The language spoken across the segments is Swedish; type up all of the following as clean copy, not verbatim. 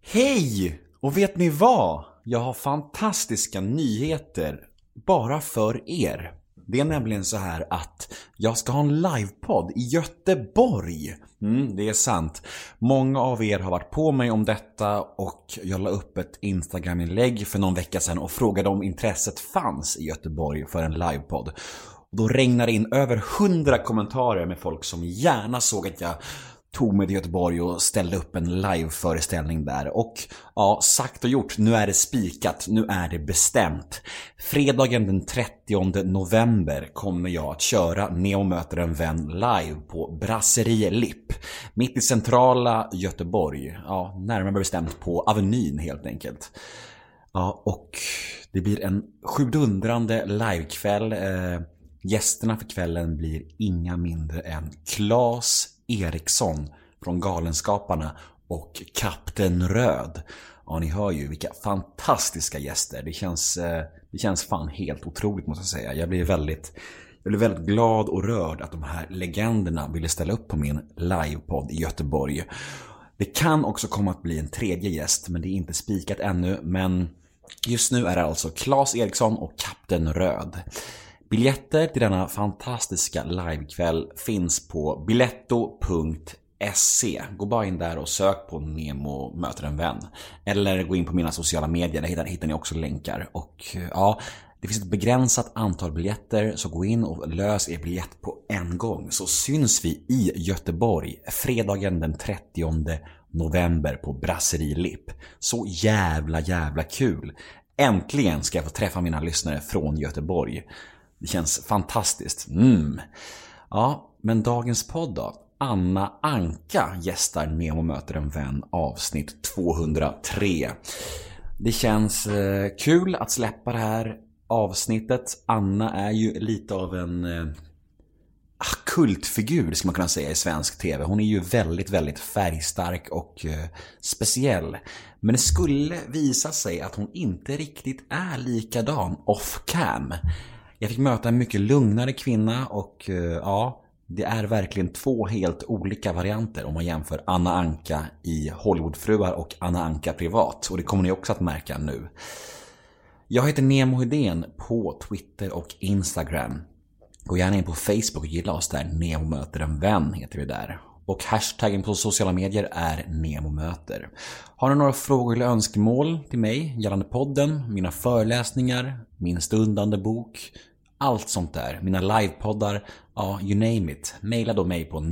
Hej! Och vet ni vad? Jag har fantastiska nyheter bara för er. Det är nämligen så här att jag ska ha en livepodd i Göteborg. Det är sant. Många av er har varit på mig om detta och jag la upp ett Instagram-inlägg för någon vecka sedan och frågade om intresset fanns i Göteborg för en livepodd. Då regnade in över 100 kommentarer med folk som gärna såg att jag tog mig till Göteborg och ställde upp en liveföreställning där. Och ja, sagt och gjort, nu är det spikat, nu är det bestämt. Fredagen den 30 november kommer jag att köra Nemo möter en vän live på Brasserie Lipp, mitt i centrala Göteborg. Ja, närmare bestämt på Avenyn helt enkelt. Ja, och det blir en sjudundrande livekväll. Gästerna för kvällen blir inga mindre än Claes Eriksson från Galenskaparna och Kapten Röd. Ja, ni hör ju vilka fantastiska gäster. Det känns fan helt otroligt, måste jag säga. Jag blir väldigt glad och rörd att de här legenderna ville ställa upp på min livepodd i Göteborg. Det kan också komma att bli en tredje gäst, men det är inte spikat ännu. Men just nu är det alltså Claes Eriksson och Kapten Röd. Biljetter till denna fantastiska livekväll finns på biletto.se. Gå bara in där och sök på Nemo möter en vän. Eller gå in på mina sociala medier, där hittar ni också länkar. Och ja, det finns ett begränsat antal biljetter, så gå in och lös er biljett på en gång. Så syns vi i Göteborg fredagen den 30 november på Brasserie Lipp. Så jävla kul. Äntligen ska jag få träffa mina lyssnare från Göteborg. Det känns fantastiskt. Ja, men dagens podd då? Anna Anka gästar Nemo möter en vän avsnitt 203. Det känns kul att släppa det här avsnittet. Anna är ju lite av en kultfigur, ska man kunna säga, i svensk tv. Hon är ju väldigt färgstark och speciell. Men det skulle visa sig att hon inte riktigt är likadan off-cam. Jag fick möta en mycket lugnare kvinna och ja, det är verkligen två helt olika varianter om man jämför Anna Anka i Hollywoodfruar och Anna Anka privat. Och det kommer ni också att märka nu. Jag heter Nemo Hedén på Twitter och Instagram. Gå gärna in på Facebook och gilla oss där. Nemo möter en vän heter vi där. Och hashtaggen på sociala medier är NEMOMÖTER. Har ni några frågor eller önskemål till mig gällande podden, mina föreläsningar, min stundande bok, allt sånt där, mina livepoddar, ja, you name it. Maila då mig på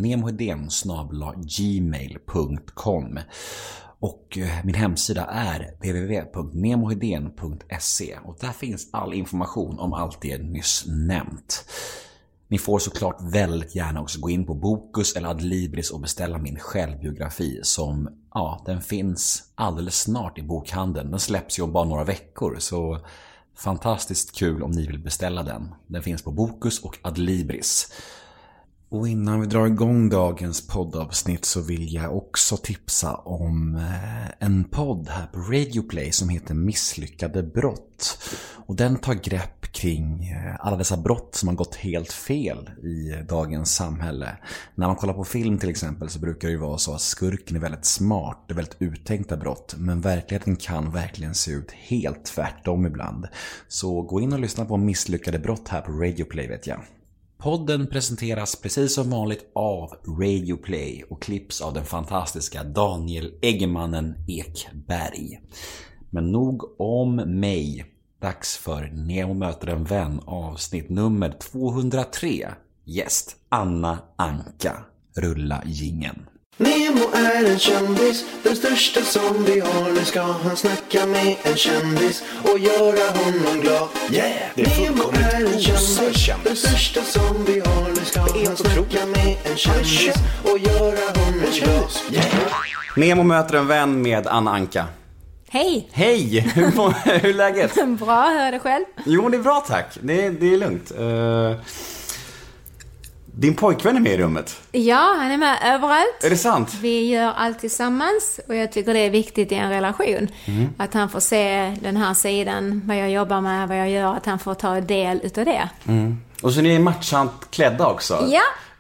nemoheden@gmail.com. Och min hemsida är www.nemoheden.se och där finns all information om allt det nyss nämnt. Ni får såklart väldigt gärna också gå in på Bokus eller Adlibris och beställa min självbiografi som, ja, den finns alldeles snart i bokhandeln. Den släpps ju om bara några veckor, så fantastiskt kul om ni vill beställa den. Den finns på Bokus och Adlibris. Och innan vi drar igång dagens poddavsnitt så vill jag också tipsa om en podd här på Radioplay som heter Misslyckade brott. Och den tar grepp kring alla dessa brott som har gått helt fel i dagens samhälle. När man kollar på film till exempel så brukar det ju vara så att skurken är väldigt smart, det är väldigt uttänkta brott, men verkligheten kan verkligen se ut helt tvärtom ibland. Så gå in och lyssna på Misslyckade brott här på Radioplay, vet jag. Podden presenteras precis som vanligt av Radioplay och klipps av den fantastiska Daniel Eggemannen Ekberg. Men nog om mig. Dags för Nemo möter en vän avsnitt nummer 203. Gäst Anna Anka. Rulla jingeln. Nemo är en kändis, den största som vi har. Nu ska han snacka med en kändis och göra honom glad. Yeah, det är fullkomligt kändis. Den största som vi har. Nu ska han snacka med en kändis och göra honom glad. Yeah. Nemo möter en vän med Anna Anka. Hej! Hej! Hur är läget? Bra, hör det själv. Jo, det är bra, tack. Det är lugnt. Din pojkvän är med i rummet. Ja, han är med överallt. Är det sant? Vi gör allt tillsammans och jag tycker det är viktigt i en relation. Att han får se den här sidan, vad jag jobbar med, vad jag gör, att han får ta del utav det. Och så är ni matchant klädda också. Ja.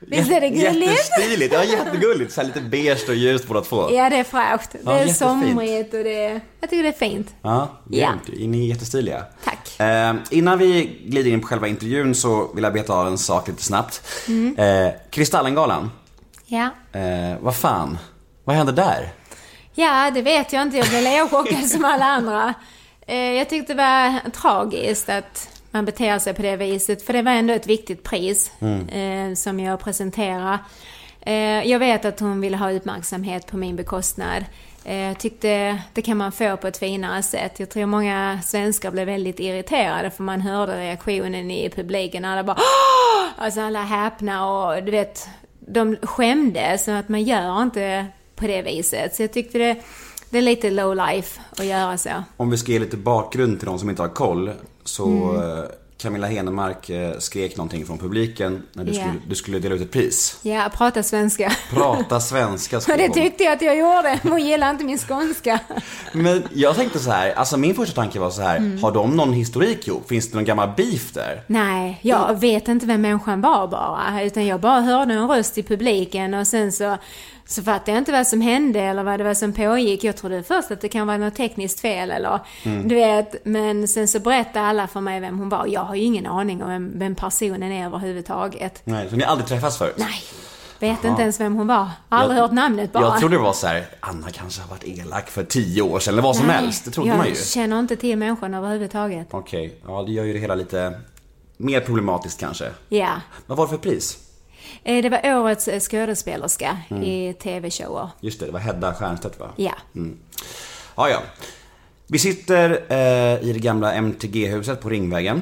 Visst är det gulligt? Jättestiligt, ja, jättegulligt. Så här lite beige och ljust båda två. Ja, det är fräscht. Det är jättefint. Somrigt och jag tycker det är fint. Ja, ni är jättestiliga. Tack. Innan vi glider in på själva intervjun så vill jag beta av en sak lite snabbt. Kristallengalan. Ja. Vad fan? Vad hände där? Ja, det vet jag inte. Jag blev leochockad som alla andra. Jag tyckte det var tragiskt att man beter sig på det viset. För det var ändå ett viktigt pris som jag presenterade. Jag vet att hon ville ha uppmärksamhet på min bekostnad. Jag tyckte det kan man få på ett finare sätt. Jag tror många svenskar blev väldigt irriterade för man hörde reaktionen i publiken. Alla bara alltså alla häpna och du vet, de skämde så att man gör inte på det viset. Så jag tyckte det är lite low life att göra så. Om vi ska ge lite bakgrund till de som inte har koll så Camilla Henemark skrek någonting från publiken när du skulle dela ut ett pris. Ja, prata svenska. Prata svenska. Och det tyckte jag att jag gjorde. Hon gillar inte min skånska. Men jag tänkte så här, alltså min första tanke var så här, har de någon historik ihop? Finns det någon gammal beef där? Nej, jag vet inte vem människan var bara. Utan jag bara hörde en röst i publiken och sen så fattade jag inte vad som hände eller vad det var som pågick. Jag trodde först att det kan vara något tekniskt fel eller du vet. Men sen så berättade alla för mig vem hon var. Jag har ju ingen aning om vem personen är överhuvudtaget. Nej, så ni har aldrig träffats förut? Nej, vet inte ens vem hon var. Aldrig hört namnet bara. Jag trodde det var så här, Anna kanske har varit elak för 10 år sedan eller vad som helst. Det trodde man ju. Jag känner inte till människan överhuvudtaget. Okej, ja det gör ju det hela lite mer problematiskt kanske. Ja. Vad var det för pris? Det var årets skådespelerska i tv-shower. Just det, det var Hedda Stiernstedt va? Ja. Ja. Vi sitter i det gamla MTG-huset på Ringvägen.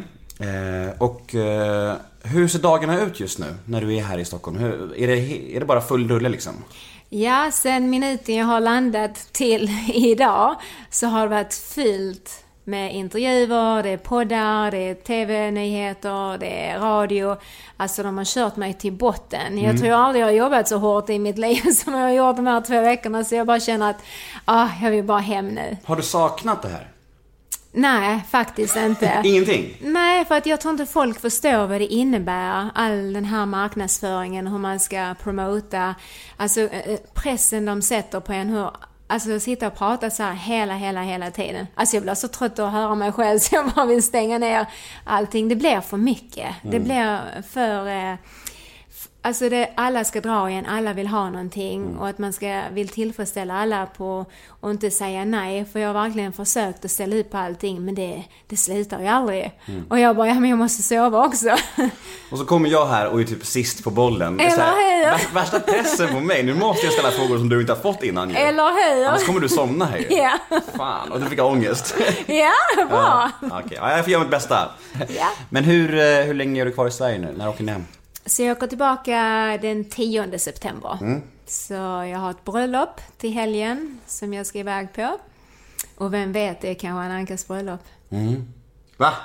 Hur ser dagarna ut just nu när du är här i Stockholm? Är det bara full rulle liksom? Ja, sen minuten jag har landat till idag så har det varit fyllt med intervjuer, det är poddar, det är tv-nyheter, det är radio. Alltså de har kört mig till botten. Jag tror aldrig jag har jobbat så hårt i mitt liv som jag har gjort de här 2 veckorna. Så jag bara känner att jag vill bara hem nu. Har du saknat det här? Nej, faktiskt inte. Ingenting? Nej, för att jag tror inte folk förstår vad det innebär. All den här marknadsföringen, hur man ska promota. Alltså pressen de sätter på en, alltså sitta och prata så här hela tiden. Alltså jag blir så trött att höra mig själv så jag bara vill stänga ner allting. Det blir för mycket. Det blir för... Alltså alla ska dra igen, alla vill ha någonting och att man vill tillfredsställa alla och inte säga nej. För jag har verkligen försökt att ställa upp på allting men det slutar ju aldrig. Och jag bara, men jag måste sova också. Och så kommer jag här och är typ sist på bollen. Värsta pressen på mig. Nu måste jag ställa frågor som du inte har fått innan ju. Eller hur? Annars kommer du somna här ju. Ja. Fan, och du fick ångest. Ja, bra. Okej, jag får göra mitt bästa. Ja. Men hur länge är du kvar i Sverige nu? När åker ni hem? Så jag går tillbaka den 10 september. Så jag har ett bröllop till helgen som jag ska iväg på. Och vem vet, det kan vara en Ankas bröllop. Va?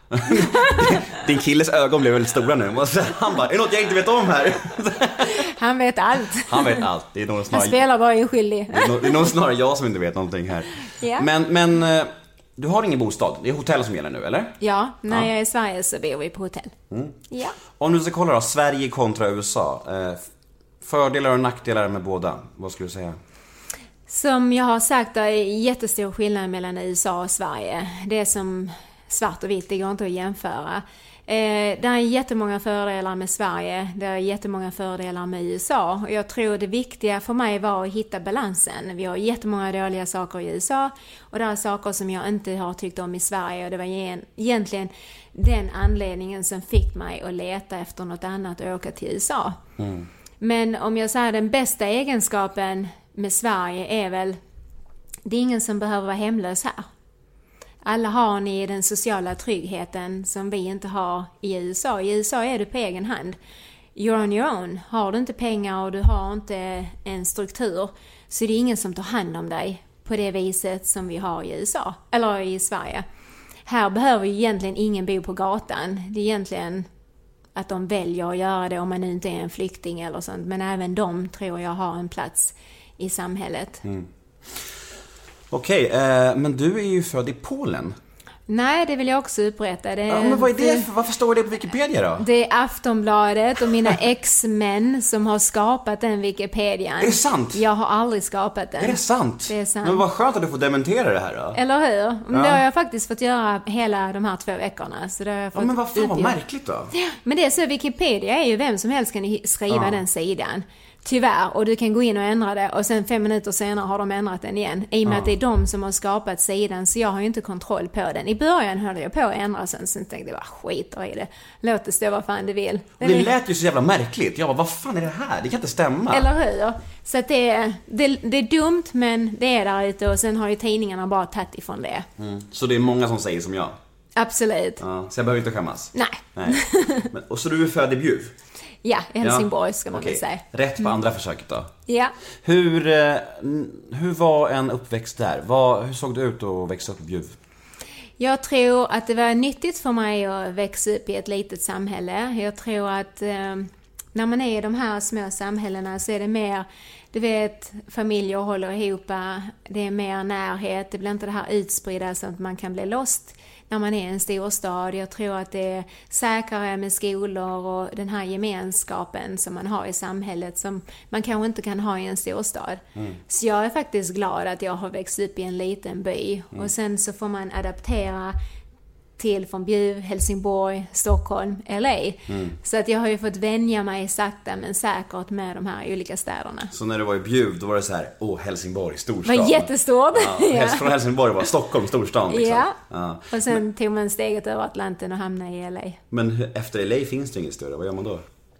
Din killes ögon blev väldigt stora nu. Han bara, är det något jag inte vet om här? Han vet allt. Han vet allt. Det är nog snarare... Han spelar bara oskyldig. Det är nog snarare jag som inte vet någonting här. Ja. Men du har ingen bostad. Det är hotell som gäller nu, eller? Ja, när jag är i Sverige så bor vi på hotell. Ja. Om du ska kolla då, Sverige kontra USA. Fördelar och nackdelar med båda. Vad skulle du säga? Som jag har sagt, det är jättestor skillnad mellan USA och Sverige. Det är som svart och vitt, det går inte att jämföra. Det är jättemånga fördelar med Sverige, det är jättemånga fördelar med USA. Och jag tror det viktiga för mig var att hitta balansen. Vi har jättemånga dåliga saker i USA och det är saker som jag inte har tyckt om i Sverige. Och det var egentligen den anledningen som fick mig att leta efter något annat och åka till USA. Men om jag säger den bästa egenskapen med Sverige är väl, det är ingen som behöver vara hemlös här. Alla har ni den sociala tryggheten som vi inte har i USA. I USA är du på egen hand. You're on your own. Har du inte pengar och du har inte en struktur så är det ingen som tar hand om dig på det viset som vi har i USA. Eller i Sverige. Här behöver ju egentligen ingen bo på gatan. Det är egentligen att de väljer att göra det om man nu inte är en flykting eller sånt. Men även de tror jag har en plats i samhället. Okej, men du är ju född i Polen. Nej, det vill jag också upprätta. Men vad är det? Varför står det på Wikipedia då? Det är Aftonbladet och mina ex-män som har skapat den Wikipedian. Är det sant? Jag har aldrig skapat den. Är det sant? Det är sant. Men vad skönt att du får dementera det här då. Eller hur? Men det har jag faktiskt fått göra hela de här 2 veckorna. Så det har jag fått men vad fan, vad märkligt då. Men det är så, Wikipedia är ju vem som helst kan skriva den sidan. Tyvärr, och du kan gå in och ändra det och sen 5 minuter senare har de ändrat den igen. I och med att det är de som har skapat sidan, så jag har ju inte kontroll på den. I början höll jag på att ändra sen tänkte jag, skit i det. Låt det stå vad fan det vill. Det lät ju så jävla märkligt. Jag bara, vad fan är det här? Det kan inte stämma. Eller hur? Så att det är dumt, men det är där ute och sen har ju tidningarna bara tagit ifrån det. Så det är många som säger som jag? Absolut. Ja, så jag behöver inte skämmas? Nej. Men, och så du är född i Bjuv? Ja, i Helsingborg ska man väl säga. Rätt på andra försöket då? Ja. Hur var en uppväxt där? Hur såg det ut att växa upp i Bjuv? Jag tror att det var nyttigt för mig att växa upp i ett litet samhälle. Jag tror att när man är i de här små samhällena så är det mer, du vet, familjer håller ihop, det är mer närhet, det blir inte det här utspridda så att man kan bli lost när man är i en stor stad. Jag tror att det är säkrare med skolor och den här gemenskapen som man har i samhället som man kanske inte kan ha i en storstad. Så jag är faktiskt glad att jag har växt upp i en liten by. Och sen så får man adaptera till från Bjuv, Helsingborg, Stockholm, LA. Så att jag har ju fått vänja mig sakta men säkert med de här olika städerna. Så när du var i Bjuv, då var det så här, Helsingborg, storstad. Det var jättestort. Ja. Från Helsingborg var Stockholm, storstan liksom. Ja. Och sen tog man steget över Atlanten och hamnade i LA. Men efter LA finns det inget större, vad gör man då?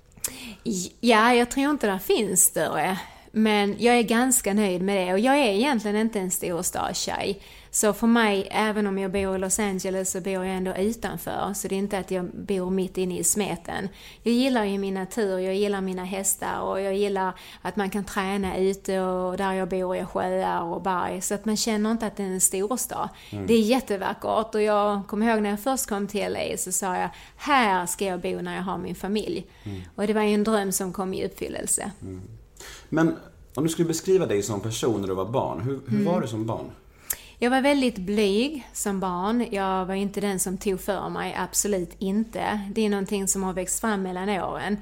Ja, jag tror inte det finns större. Men jag är ganska nöjd med det. Och jag är egentligen inte en storstadstjej. Så för mig, även om jag bor i Los Angeles, så bor jag ändå utanför. Så det är inte att jag bor mitt inne i smeten. Jag gillar ju min natur, jag gillar mina hästar. Och jag gillar att man kan träna ute och där jag bor är sjöar och berg. Så att man känner inte att det är en storstad. Det är jättevackert. Och jag kommer ihåg när jag först kom till LA så sa jag, här ska jag bo när jag har min familj. Och det var ju en dröm som kom i uppfyllelse. Men om du skulle beskriva dig som person när du var barn, hur var du som barn? Jag var väldigt blyg som barn. Jag var inte den som tog för mig, absolut inte. Det är någonting som har växt fram mellan åren.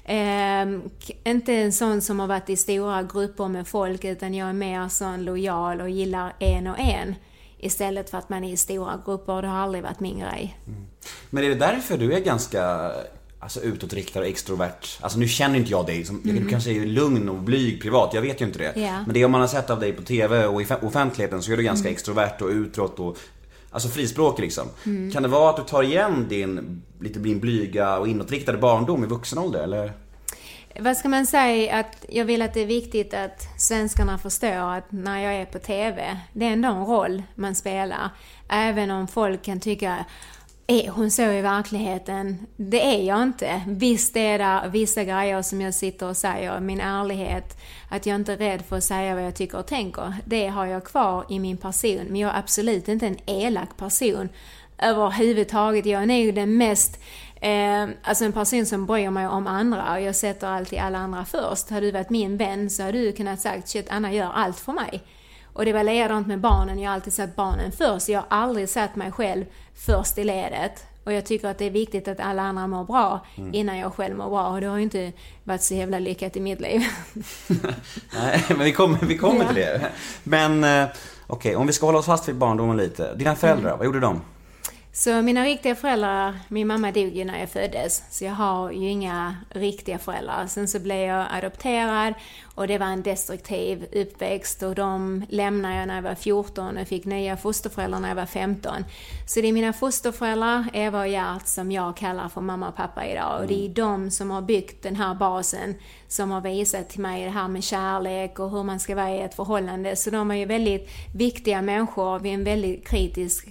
Inte en sån som har varit i stora grupper med folk, utan jag är mer sån lojal och gillar en och en. Istället för att man är i stora grupper, det har aldrig varit min grej. Men är det därför du är ganska utåtriktad och extrovert? Alltså nu känner inte jag dig som, du kanske är lugn och blyg privat, jag vet ju inte det. Yeah. Men det om man har sett av dig på tv och i offentligheten så är du ganska extrovert och utåt och alltså frispråkig liksom. Kan det vara att du tar igen din blyga och inåtriktade barndom i vuxen ålder, eller? Vad ska man säga, att jag vill att det är viktigt att svenskarna förstår att när jag är på tv, det är ändå en roll man spelar. Även om folk kan tycka, är hon så i verkligheten? Det är jag inte. Visst är det vissa grejer som jag sitter och säger, min ärlighet, att jag inte är rädd för att säga vad jag tycker och tänker. Det har jag kvar i min person, men jag är absolut inte en elak person överhuvudtaget. Jag är ju den mest en person som bryr mig om andra, och jag sätter alltid alla andra först. Har du varit min vän så har du kunnat sagt, shit, Anna gör allt för mig. Och det var likadant med barnen. Jag har alltid satt barnen först. Jag har aldrig satt mig själv först i ledet. Och jag tycker att det är viktigt att alla andra mår bra innan jag själv mår bra. Och det har ju inte varit så jävla lyckat i mitt liv. Nej, men vi kommer till det. Men okej, om vi ska hålla oss fast vid barndomen lite. Dina föräldrar, vad gjorde de? Så mina riktiga föräldrar, min mamma dog ju när jag föddes. Så jag har ju inga riktiga föräldrar. Sen så blev jag adopterad och det var en destruktiv uppväxt. Och de lämnade jag när jag var 14 och fick nya fosterföräldrar när jag var 15. Så det är mina fosterföräldrar, Eva och Gert, som jag kallar för mamma och pappa idag. Och det är de som har byggt den här basen, som har visat till mig det här med kärlek och hur man ska vara i ett förhållande. Så de var ju väldigt viktiga människor vid en väldigt kritisk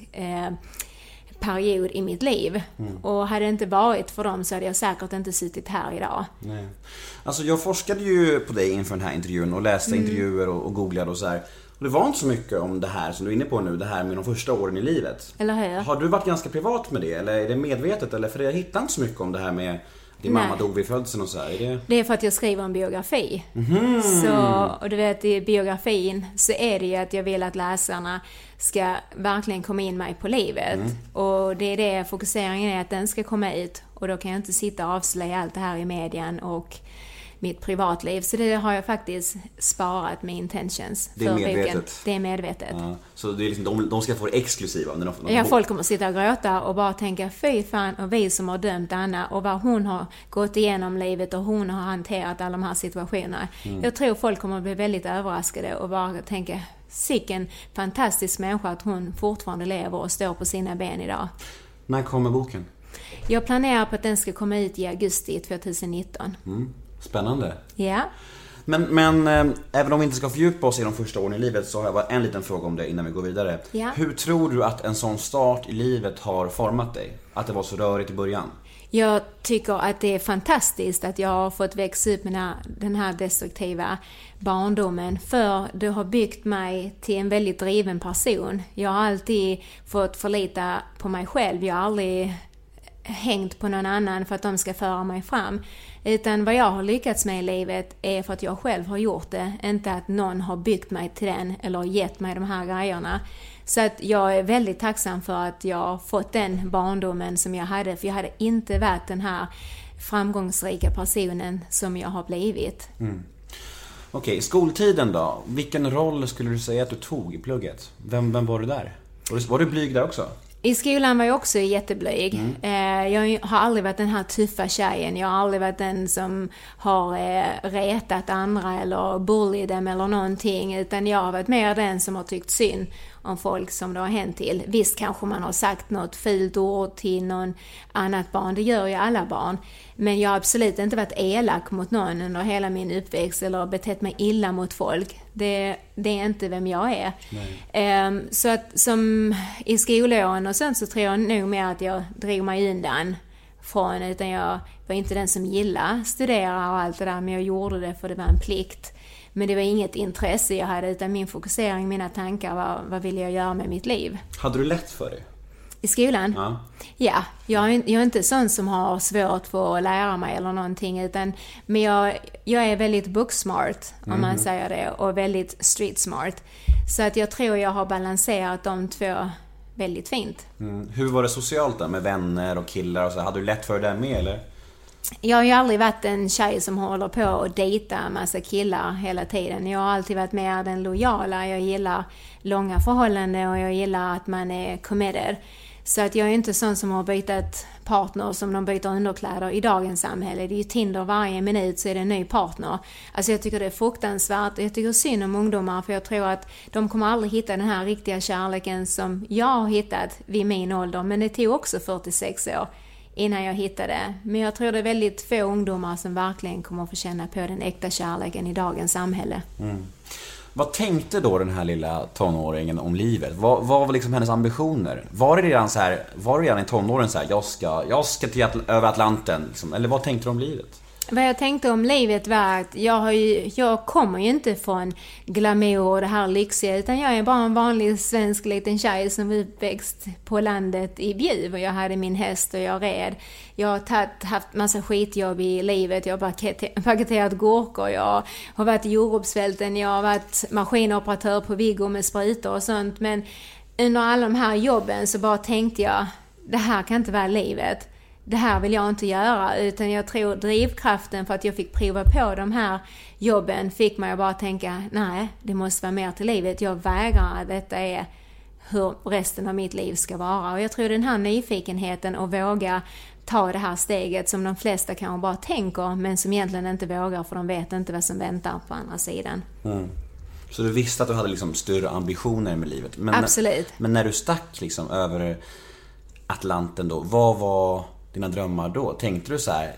period i mitt liv. Och hade det inte varit för dem så hade jag säkert inte suttit här idag. Nej. Alltså jag forskade ju på dig inför den här intervjun och läste intervjuer och googlade och så här. Och det var inte så mycket om det här som du är inne på nu, det här med de första åren i livet. Eller hur? Har du varit ganska privat med det, eller är det medvetet? Eller för jag hittar inte så mycket om det här med Din mamma dog vid födseln och så här, Det är för att jag skriver en biografi. Så, och du vet, i biografin så är det ju att jag vill att läsarna ska verkligen komma in mig på livet. Och det är det fokuseringen är, att den ska komma ut. Och då kan jag inte sitta och avslöja allt det här i medien och mitt privatliv. Så det har jag faktiskt sparat med intentions. Det är medvetet. Det är medvetet. Ja, så det är liksom, de ska få det exklusiva. Ja, folk kommer att sitta och gråta och bara tänka, fy fan, och vi som har dömt Anna och vad hon har gått igenom livet och hon har hanterat alla de här situationerna. Jag tror folk kommer att bli väldigt överraskade och bara tänka, sicken fantastisk människa att hon fortfarande lever och står på sina ben idag. När kommer boken? Jag planerar på att den ska komma ut i augusti 2019. Spännande. Ja. Men även om vi inte ska fördjupa oss i de första åren i livet, så har jag bara en liten fråga om det innan vi går vidare. Ja. Hur tror du att en sån start i livet har format dig? Att det var så rörigt i början? Jag tycker att det är fantastiskt att jag har fått växa upp med den här destruktiva barndomen, för det har byggt mig till en väldigt driven person. Jag har alltid fått förlita på mig själv. Jag har aldrig hängt på någon annan för att de ska föra mig fram. Utan vad jag har lyckats med i livet är för att jag själv har gjort det. Inte att någon har byggt mig till den eller gett mig de här grejerna. Så att jag är väldigt tacksam för att jag har fått den barndomen som jag hade. För jag hade inte varit den här framgångsrika personen som jag har blivit. Okej, skoltiden då? Vilken roll skulle du säga att du tog i plugget? Vem var du där? Var du blyg där också? I skolan var jag också jätteblyg. Jag har aldrig varit den här tuffa tjejen. Jag har aldrig varit den som har retat andra eller bullied dem eller någonting. Utan jag har varit mer den som har tyckt synd om folk som det har hänt till. Visst kanske man har sagt något fult ord till någon annat barn. Det gör ju alla barn. Men jag har absolut inte varit elak mot någon under hela min uppväxt eller betett mig illa mot folk. Det är inte vem jag är. Så att som i skolåren och sånt, så tror jag nog mer att jag drog mig undan från, utan jag var inte den som gillade studera och allt det där, men jag gjorde det för det var en plikt. Men det var inget intresse jag hade, utan min fokusering, mina tankar var, vad vill jag göra med mitt liv? Hade du lätt för dig? I skolan? Ja, jag är inte sån som har svårt för att lära mig eller någonting, men jag är väldigt booksmart, om man säger det, och väldigt street smart. Så att jag tror jag har balanserat de två väldigt fint. Hur var det socialt då, med vänner och killar och så? Hade du lätt för det med, eller? Jag har ju aldrig varit en tjej som håller på att dejta en massa killar hela tiden. Jag har alltid varit mer den lojala. Jag gillar långa förhållanden och jag gillar att man är committed. Så att jag är inte sån som har bytt partner som de byter underkläder i dagens samhälle. Det är ju Tinder, varje minut så är det en ny partner. Alltså jag tycker det är fruktansvärt och jag tycker synd om ungdomar, för jag tror att de kommer aldrig hitta den här riktiga kärleken som jag har hittat vid min ålder. Men det tog också 46 år innan jag hittade. Men jag tror det är väldigt få ungdomar som verkligen kommer att få känna på den äkta kärleken i dagens samhälle. Vad tänkte då den här lilla tonåringen om livet? Vad var liksom hennes ambitioner? Var det redan i tonåren så här, jag ska till över Atlanten liksom? Eller vad tänkte du om livet? Vad jag tänkte om livet var att jag kommer ju inte från glamour och det här lyxiga, utan jag är bara en vanlig svensk liten tjej som uppväxt på landet i Bjuv, och jag hade min häst och jag red. Jag har haft massa skitjobb i livet. Jag har paketerat gurkor, jag har varit i jordgubbsfälten, jag har varit maskinoperatör på Viggo med sprutor och sånt. Men under alla de här jobben så bara tänkte jag, det här kan inte vara livet. Det här vill jag inte göra, utan jag tror drivkraften för att jag fick prova på de här jobben fick mig att bara tänka, nej, det måste vara mer till livet. Jag vägrar att detta är hur resten av mitt liv ska vara. Och jag tror den här nyfikenheten och våga ta det här steget som de flesta kanske bara tänker, men som egentligen inte vågar, för de vet inte vad som väntar på andra sidan. Så du visste att du hade liksom större ambitioner med livet? Absolut. Men när du stack liksom över Atlanten då, vad var dina drömmar då? Tänkte du så här,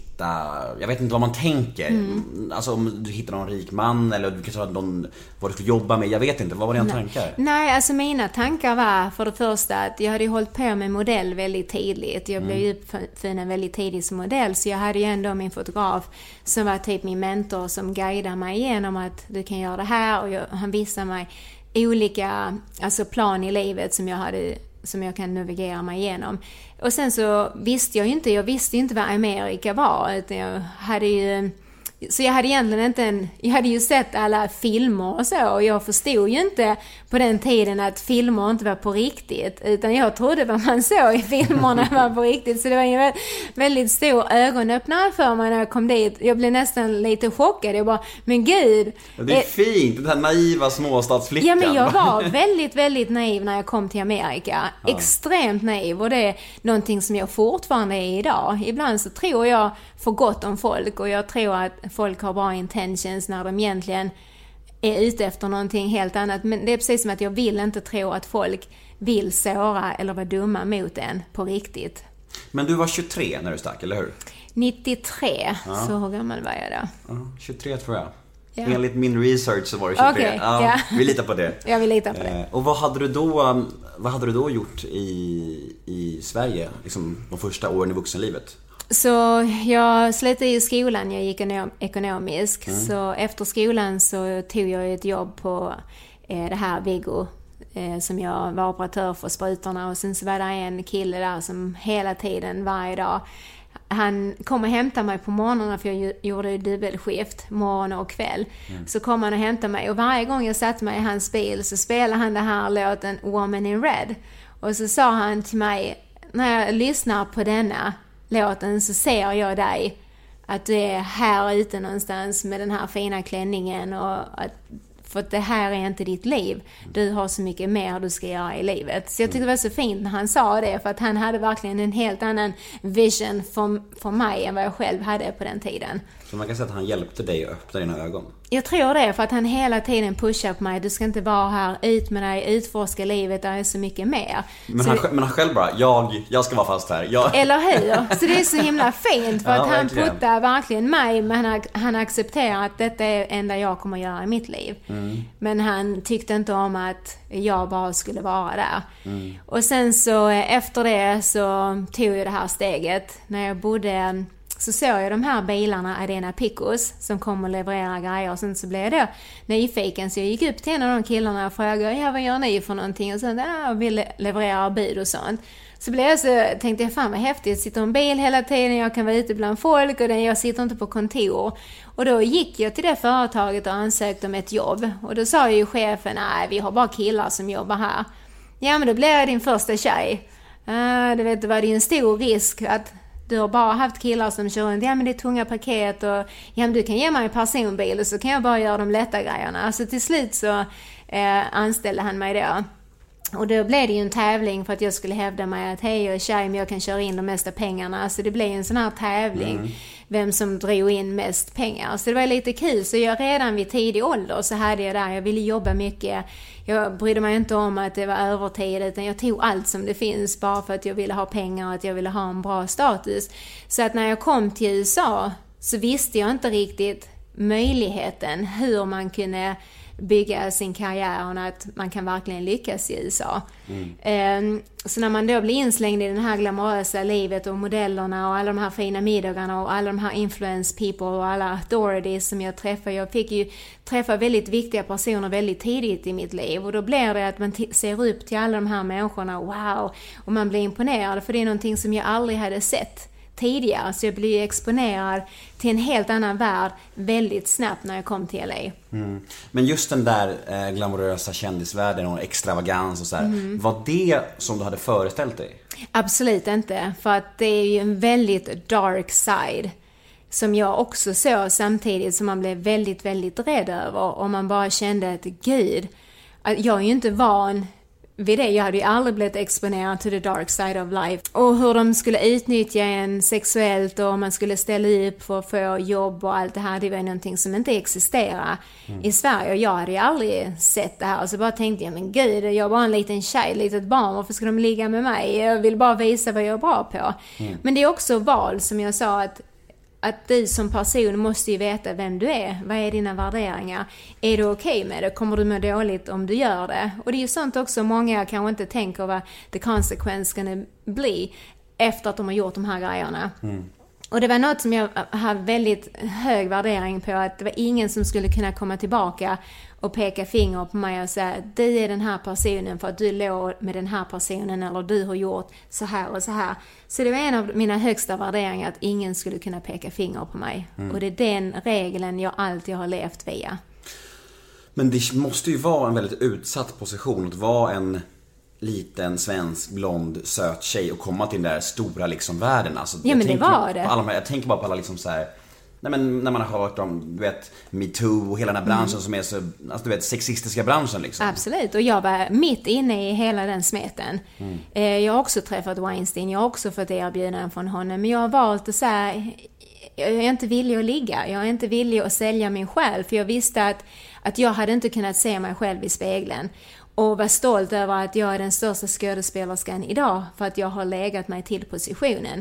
jag vet inte vad man tänker. Alltså om du hittar någon rik man, eller du kanske har någon vad du skulle jobba med, jag vet inte, vad var dina tankar? Nej, alltså mina tankar var för det första att jag hade hållit på med modell väldigt tidigt. Jag blev uppfunnen väldigt tidigt som modell, så jag hade ju ändå min fotograf som var typ min mentor, som guidade mig igenom att du kan göra det här, och han visade mig olika plan i livet som jag hade som jag kan navigera mig igenom. Och sen så visste jag inte vad Amerika var, utan jag hade ju sett alla filmer och så, och jag förstod ju inte på den tiden att filmer inte var på riktigt, utan jag trodde vad man såg i filmerna var på riktigt, så det var en väldigt stor ögonöppnare för mig när jag kom dit. Jag blev nästan lite chockad, jag bara, men gud. Det är fint, den här naiva småstadsflickan. Ja, men jag var väldigt, väldigt naiv när jag kom till Amerika. Ja. Extremt naiv, och det är någonting som jag fortfarande är idag. Ibland så tror jag för gott om folk, och jag tror att folk har bra intentions när de egentligen är ute efter någonting helt annat. Men det är precis som att jag vill inte tro att folk vill såra eller vara dumma mot en på riktigt. Men du var 23 när du stack, eller hur? 93, så hur gammal var jag då? Ja, 23 tror jag. Ja. Enligt min research så var det 23. Okay, ja. Vi litar på det. Ja, vi litar på det. Och vad hade du då gjort i Sverige, liksom de första åren i vuxenlivet? Så jag slutade i skolan, jag gick ekonomisk. Så efter skolan så tog jag ett jobb på det här Viggo, som jag var operatör för sprutorna. Och sen så var det en kille där som hela tiden, varje dag, han kom och hämtade mig på morgonen, för jag gjorde dubbelskift morgon och kväll. Så kom han och hämtade mig, och varje gång jag satt mig i hans bil så spelade han det här låten Woman in Red. Och så sa han till mig, när jag lyssnar på denna låten så ser jag dig, att du är här ute någonstans med den här fina klänningen, och för att det här är inte ditt liv. Du har så mycket mer du ska göra i livet. Så jag tyckte det var så fint när han sa det, för att han hade verkligen en helt annan vision för mig än vad jag själv hade på den tiden. Så man kan säga att han hjälpte dig att öppna dina ögon? Jag tror det, för att han hela tiden pushar på mig. Du ska inte vara här, ut med dig, utforska livet, där är så mycket mer. Men han själv bara, jag ska vara fast här. Eller hur? Så det är så himla fint, för att han verkligen puttar verkligen mig, men han accepterar att detta är det enda jag kommer göra i mitt liv. Men han tyckte inte om att jag bara skulle vara där. Och sen så efter det så tog jag det här steget. När jag bodde, så såg jag de här bilarna, Arena Picos, som kom och leverera grejer. Och sen så blev jag då nyfiken, så jag gick upp till en av de killarna och frågade, vad gör ni för någonting? Och sen, jag vill leverera bud och sånt. Så tänkte jag, fan vad häftigt, jag sitter i en bil hela tiden, jag kan vara ute bland folk, och jag sitter inte på kontor. Och då gick jag till det företaget och ansökte om ett jobb. Och då sa ju chefen, nej, vi har bara killar som jobbar här. Ja, men då blev jag din första tjej. Du vet, det var en stor risk att du har bara haft killar som kör runt, ja men det är tunga paket, och ja men du kan ge mig en personbil och så kan jag bara göra de lätta grejerna. Så till slut så anställde han mig då. Och då blev det ju en tävling för att jag skulle hävda mig att hej, jag är tjej, men jag kan köra in de mesta pengarna. Så det blev en sån här tävling, vem som drog in mest pengar. Så det var lite kul. Så jag redan vid tidig ålder så hade jag ville jobba mycket. Jag brydde mig inte om att det var övertid, utan jag tog allt som det finns bara för att jag ville ha pengar och att jag ville ha en bra status. Så att när jag kom till USA så visste jag inte riktigt möjligheten hur man kunde bygga sin karriär och att man kan verkligen lyckas i USA. Så när man då blir inslängd i den här glamorösa livet och modellerna och alla de här fina middagarna och alla de här influence people och alla authorities som jag träffade. Jag fick ju träffa väldigt viktiga personer väldigt tidigt i mitt liv, och då blir det att man ser upp till alla de här människorna, wow, och man blir imponerad, för det är någonting som jag aldrig hade sett tidigare. Så jag blev exponerad till en helt annan värld väldigt snabbt när jag kom till LA. Men just den där glamorösa kändisvärlden och extravagans och så här, var det som du hade föreställt dig? Absolut inte, för att det är ju en väldigt dark side som jag också såg, samtidigt som man blev väldigt, väldigt rädd över, och man bara kände att gud, jag är ju inte van vid det. Jag hade ju aldrig blivit exponerad till the dark side of life. Och hur de skulle utnyttja en sexuellt, och man skulle ställa upp för att få jobb och allt det här. Det var någonting som inte existerar i Sverige. Och jag hade ju aldrig sett det här. Och så bara tänkte jag, men gud, jag är bara en liten tjej, ett litet barn. Varför ska de ligga med mig? Jag vill bara visa vad jag är bra på. Men det är också val, som jag sa, att du som person måste ju veta vem du är. Vad är dina värderingar? Är du okej med det? Kommer du må dåligt om du gör det? Och det är ju sånt också många kanske inte tänker vad the consequence gonna bli efter att de har gjort de här grejerna. Och det var något som jag hade väldigt hög värdering på, att det var ingen som skulle kunna komma tillbaka och peka finger på mig och säga du är den här personen för att du låg med den här personen eller du har gjort så här och så här. Så det var en av mina högsta värderingar att ingen skulle kunna peka finger på mig. Och det är den regeln jag alltid har levt via. Men det måste ju vara en väldigt utsatt position att vara en liten svensk blond söt tjej och komma till den där stora liksom världen. Alltså, ja men det var det. Jag tänker bara på alla liksom så här. Nej, men när man har hört om, du vet, MeToo och hela den här branschen som är så, alltså du vet, sexistiska branschen liksom. Absolut, och jag var mitt inne i hela den smeten. Jag har också träffat Weinstein, jag har också fått erbjudanden från honom, men jag har valt att säga, jag är inte villig att ligga, jag är inte villig att sälja min själ, för jag visste att jag hade inte kunnat se mig själv i spegeln. Och var stolt över att jag är den största skådespelerskan idag för att jag har legat mig till positionen.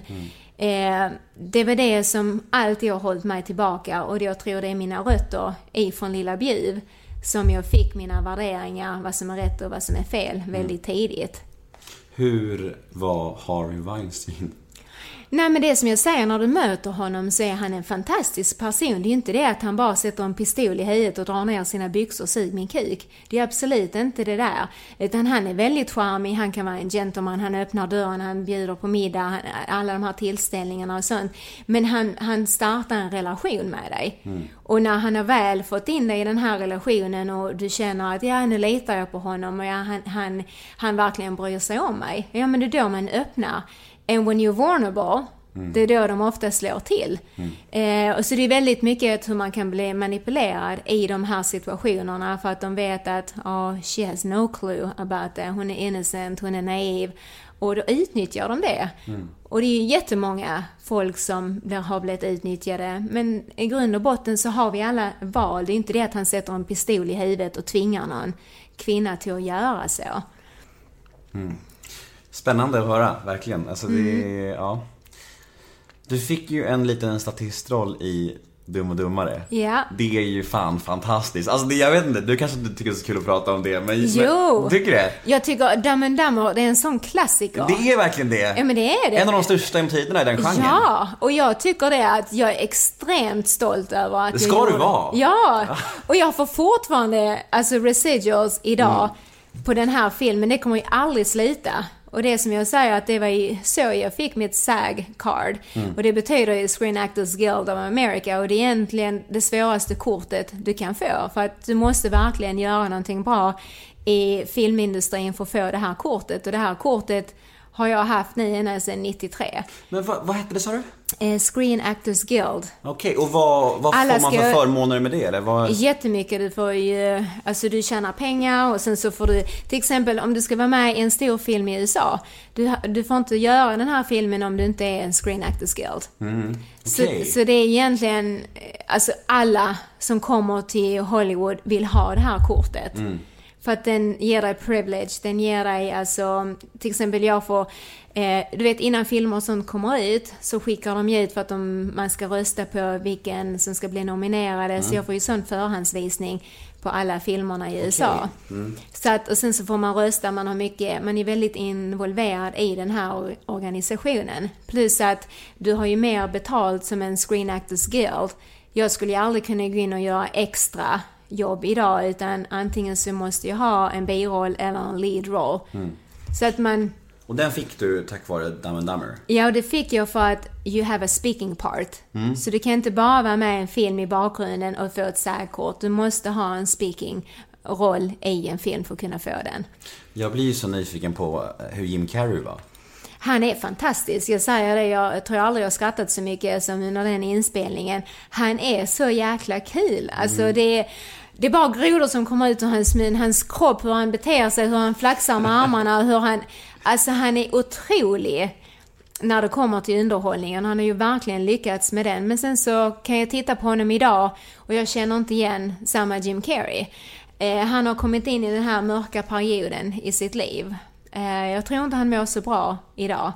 Det var det som alltid har hållit mig tillbaka, och jag tror det är mina rötter från Lilla Bjuv som jag fick mina värderingar, vad som är rätt och vad som är fel, väldigt tidigt. Hur var Harvey Weinstein? Nej, men det som jag säger, när du möter honom så är han en fantastisk person. Det är inte det att han bara sätter en pistol i huvudet och drar ner sina byxor och sug min kuk. Det är absolut inte det där. Utan han är väldigt charmig, han kan vara en gentleman, han öppnar dörren, han bjuder på middag, alla de här tillställningarna och sånt. Men han startar en relation med dig. Och när han har väl fått in dig i den här relationen och du känner att ja, nu litar jag på honom och ja, han verkligen bryr sig om mig. Ja, men det är då man öppnar. And when you're vulnerable, det är då de ofta slår till. Och så det är väldigt mycket hur man kan bli manipulerad i de här situationerna, för att de vet att she has no clue about it. Hon är innocent, hon är naiv. Och då utnyttjar de det. Och det är ju jättemånga folk som har blivit utnyttjade. Men i grund och botten så har vi alla val. Det är inte det att han sätter en pistol i huvudet och tvingar någon kvinna till att göra så. Spännande att höra, verkligen. Alltså ja. Du fick ju en liten statistroll i Dum och Dummare. Ja. Det är ju fan fantastiskt. Alltså jag vet inte, du kanske inte tycker det är så kul att prata om det, men jo, tycker det? Jag tycker Dumb and Dumber, det är en sån klassiker. Det är verkligen det. Ja, men det är det. En av de största genom tiderna i den genren. Ja, och jag tycker det att jag är extremt stolt över att det ska du vara. Ja, och jag får fortfarande alltså residuals idag på den här filmen. Det kommer ju aldrig sluta. Och det som jag säger, att det var ju så jag fick mitt SAG-card. Och det betyder Screen Actors Guild of America. Och det är egentligen det svåraste kortet du kan få. För att du måste verkligen göra någonting bra i filmindustrin för att få det här kortet. Och det här kortet har jag haft nu sedan 93. Men vad hette det, sa du? Screen Actors Guild. Okej, och vad får man för förmåner med det? Eller vad? Jättemycket. Du får ju, alltså du tjänar pengar, och sen så får du, till exempel om du ska vara med i en stor film i USA, du får inte göra den här filmen om du inte är en Screen Actors Guild. Okay. Så det är egentligen, alltså alla som kommer till Hollywood vill ha det här kortet. För att den ger dig privilege, den ger dig alltså, till exempel jag får, du vet innan filmer som kommer ut så skickar de ut för att man ska rösta på vilken som ska bli nominerade, så jag får ju sån förhandsvisning på alla filmerna i USA. Så att, och sen så får man rösta, man är väldigt involverad i den här organisationen. Plus att du har ju mer betalt som en Screen Actors Guild. Jag skulle ju aldrig kunna gå in och göra extra jobb idag, utan antingen så måste jag ha en biroll eller en lead roll. Så att man... Och den fick du tack vare Dumb and Dumber? Ja, det fick jag för att you have a speaking part. Så du kan inte bara vara med i en film i bakgrunden och få ett SAG-kort. Du måste ha en speaking roll i en film för att kunna få den. Jag blir ju så nyfiken på hur Jim Carrey var. Han är fantastisk. Jag säger det, jag tror aldrig jag har skrattat så mycket som under den inspelningen. Han är så jäkla kul. Alltså det är bara grodor som kommer ut ur hans mun, hans kropp, hur han beter sig, hur han flaxar med armarna, hur han är otrolig när det kommer till underhållningen. Han har ju verkligen lyckats med den. Men sen så kan jag titta på honom idag och jag känner inte igen samma Jim Carrey. Han har kommit in i den här mörka perioden i sitt liv. Jag tror inte han mår så bra idag.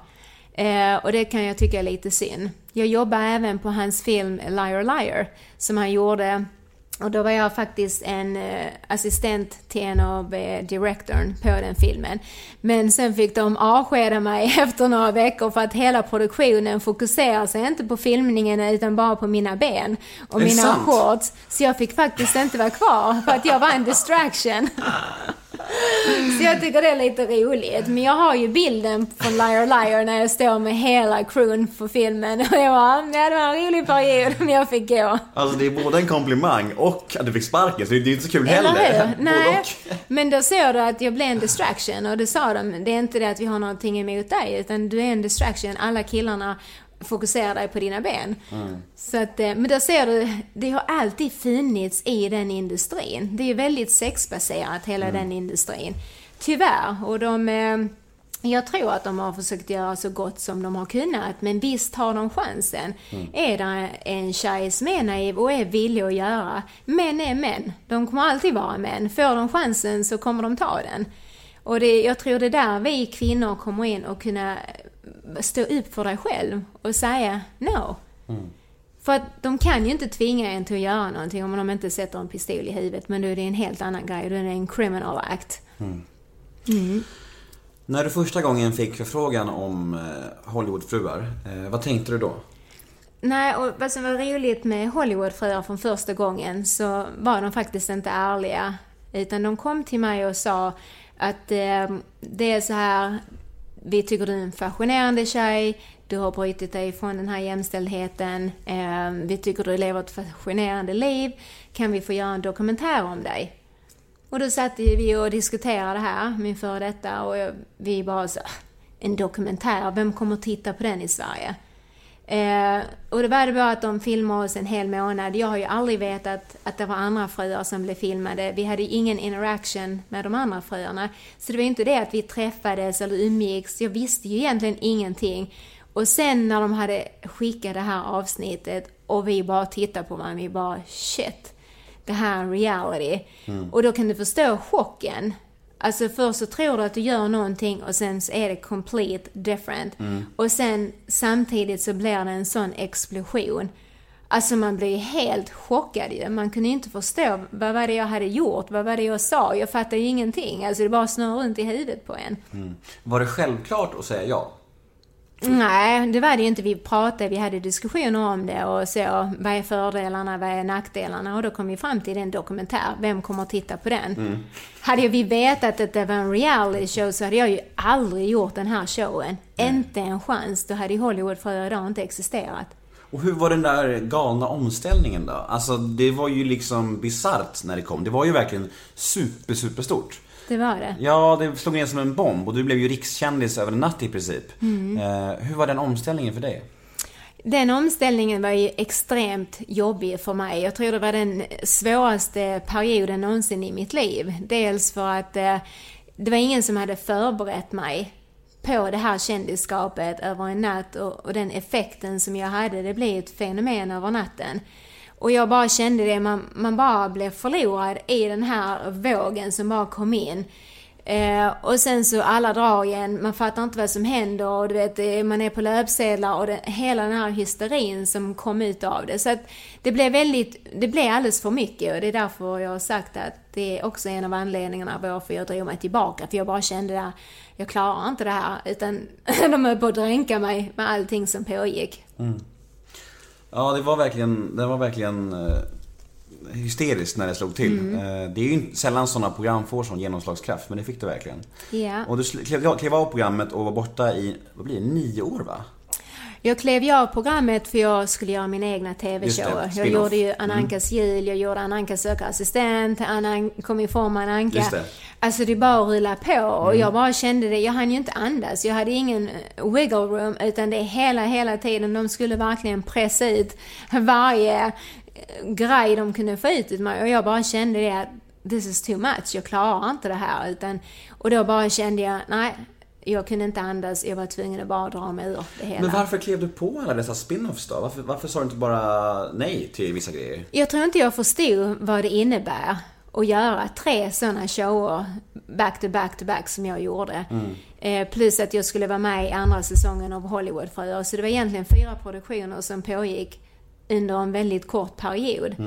Och det kan jag tycka är lite synd. Jag jobbar även på hans film Liar Liar som han gjorde Och då var jag faktiskt en assistent till en av directorn på den filmen. Men sen fick de avskeda mig efter några veckor för att hela produktionen fokuserar sig inte på filmningen utan bara på mina ben och mina shorts. Så jag fick faktiskt inte vara kvar för att jag var en distraction. Så jag tycker det är lite roligt. Men jag har ju bilden från Liar Liar när jag står med hela crewen för filmen. Och det var en rolig period när jag fick gå. Alltså det är både en komplimang och att du fick sparken. Så det är inte så kul heller. Nej, men då såg du att jag blev en distraction. Och det sa de, det är inte det att vi har någonting emot dig, utan du är en distraction. Alla killarna fokuserar dig på dina ben. Så att, men då ser du, det har alltid funnits i den industrin. Det är väldigt sexbaserat hela den industrin. Tyvärr. Och jag tror att de har försökt göra så gott som de har kunnat. Men visst har de chansen. Är det en tjej som är naiv och är villig att göra. Män är män. De kommer alltid vara män. Får de chansen så kommer de ta den. Och jag tror det är där vi kvinnor kommer in och kunna stå upp för dig själv och säga no. För att de kan ju inte tvinga en till att göra någonting om de inte sätter en pistol i huvudet. Men då är det en helt annan grej. Då är det en criminal act. När du första gången fick förfrågan om Hollywoodfruar, vad tänkte du då? Nej, och vad som var roligt med Hollywoodfruar från första gången så var de faktiskt inte ärliga. Utan de kom till mig och sa att det är så här, vi tycker du är en fascinerande tjej, du har brutit dig från den här jämställdheten, vi tycker du lever ett fascinerande liv, kan vi få göra en dokumentär om dig? Och då satt vi och diskuterade det här, min före detta, och vi bara så, en dokumentär, vem kommer att titta på den i Sverige? Och det var det bara att de filmade oss en hel månad. Jag har ju aldrig vetat att det var andra fruar som blev filmade. Vi hade ingen interaction med de andra fruarna. Så det var inte det att vi träffades eller umgicks. Jag visste ju egentligen ingenting. Och sen när de hade skickat det här avsnittet och vi bara tittade på varandra, vi bara shit, det här är reality. Och då kan du förstå chocken. Alltså först så tror du att du gör någonting och sen så är det complete different. Och sen samtidigt så blir det en sån explosion. Alltså man blir helt chockad ju. Man kunde ju inte förstå vad var det jag hade gjort, vad var det jag sa. Jag fattade ju ingenting. Alltså det bara snurrar runt i huvudet på en. Var det självklart att säga ja? Nej, det var det ju inte. Vi pratade, vi hade diskussioner om det och så, vad är fördelarna, vad är nackdelarna, och då kom vi fram till en dokumentär. Vem kommer att titta på den? Hade vi vetat att det var en reality show så hade jag ju aldrig gjort den här showen. Inte en chans, då hade Hollywood för idag inte existerat. Och hur var den där galna omställningen då? Alltså det var ju liksom bizarrt när det kom. Det var ju verkligen superstort. Det var det. Ja, det slog ner som en bomb och du blev ju rikskändis över en natt i princip. Hur var den omställningen för dig? Den omställningen var ju extremt jobbig för mig. Jag tror det var den svåraste perioden någonsin i mitt liv. Dels för att det var ingen som hade förberett mig på det här kändisskapet över en natt. Och den effekten som jag hade, det blev ett fenomen över natten. Och jag bara kände det, man bara blev förlorad i den här vågen som bara kom in. Och sen så alla drar igen, man fattar inte vad som händer och du vet, man är på löpsedlar och hela den här hysterin som kom ut av det. Så att det blev alldeles för mycket, och det är därför jag har sagt att det är också en av anledningarna varför jag drog mig tillbaka. För jag bara kände att jag klarar inte det här, utan de höll på att dränka mig med allting som pågick. Ja, det var verkligen hysteriskt när det slog till. Det är ju sällan sådana program får sån genomslagskraft, men det fick du verkligen. Ja. Och du klev av programmet och var borta i, vad blir det, 9 år va? Jag klev av programmet för jag skulle göra mina egna tv-shower. Jag gjorde ju Anankas jul, jag gjorde Anankas söker assistent, Anna kom i form av Ananka. Alltså det bara att rulla på och jag bara kände det, jag hann ju inte andas. Jag hade ingen wiggle room, utan det är hela tiden. De skulle verkligen pressa ut varje grej de kunde få ut ur mig. Och jag bara kände det att this is too much, jag klarar inte det här. Och då bara kände jag, nej, jag kunde inte andas, jag var tvungen att bara dra mig ur det hela. Men varför klev du på alla dessa spin-offs då? Varför sa du inte bara nej till vissa grejer? Jag tror inte jag förstod vad det innebär att göra 3 sådana shower back to back som jag gjorde. Plus att jag skulle vara med i andra säsongen av Hollywoodfruar. Så det var egentligen 4 produktioner som pågick under en väldigt kort period.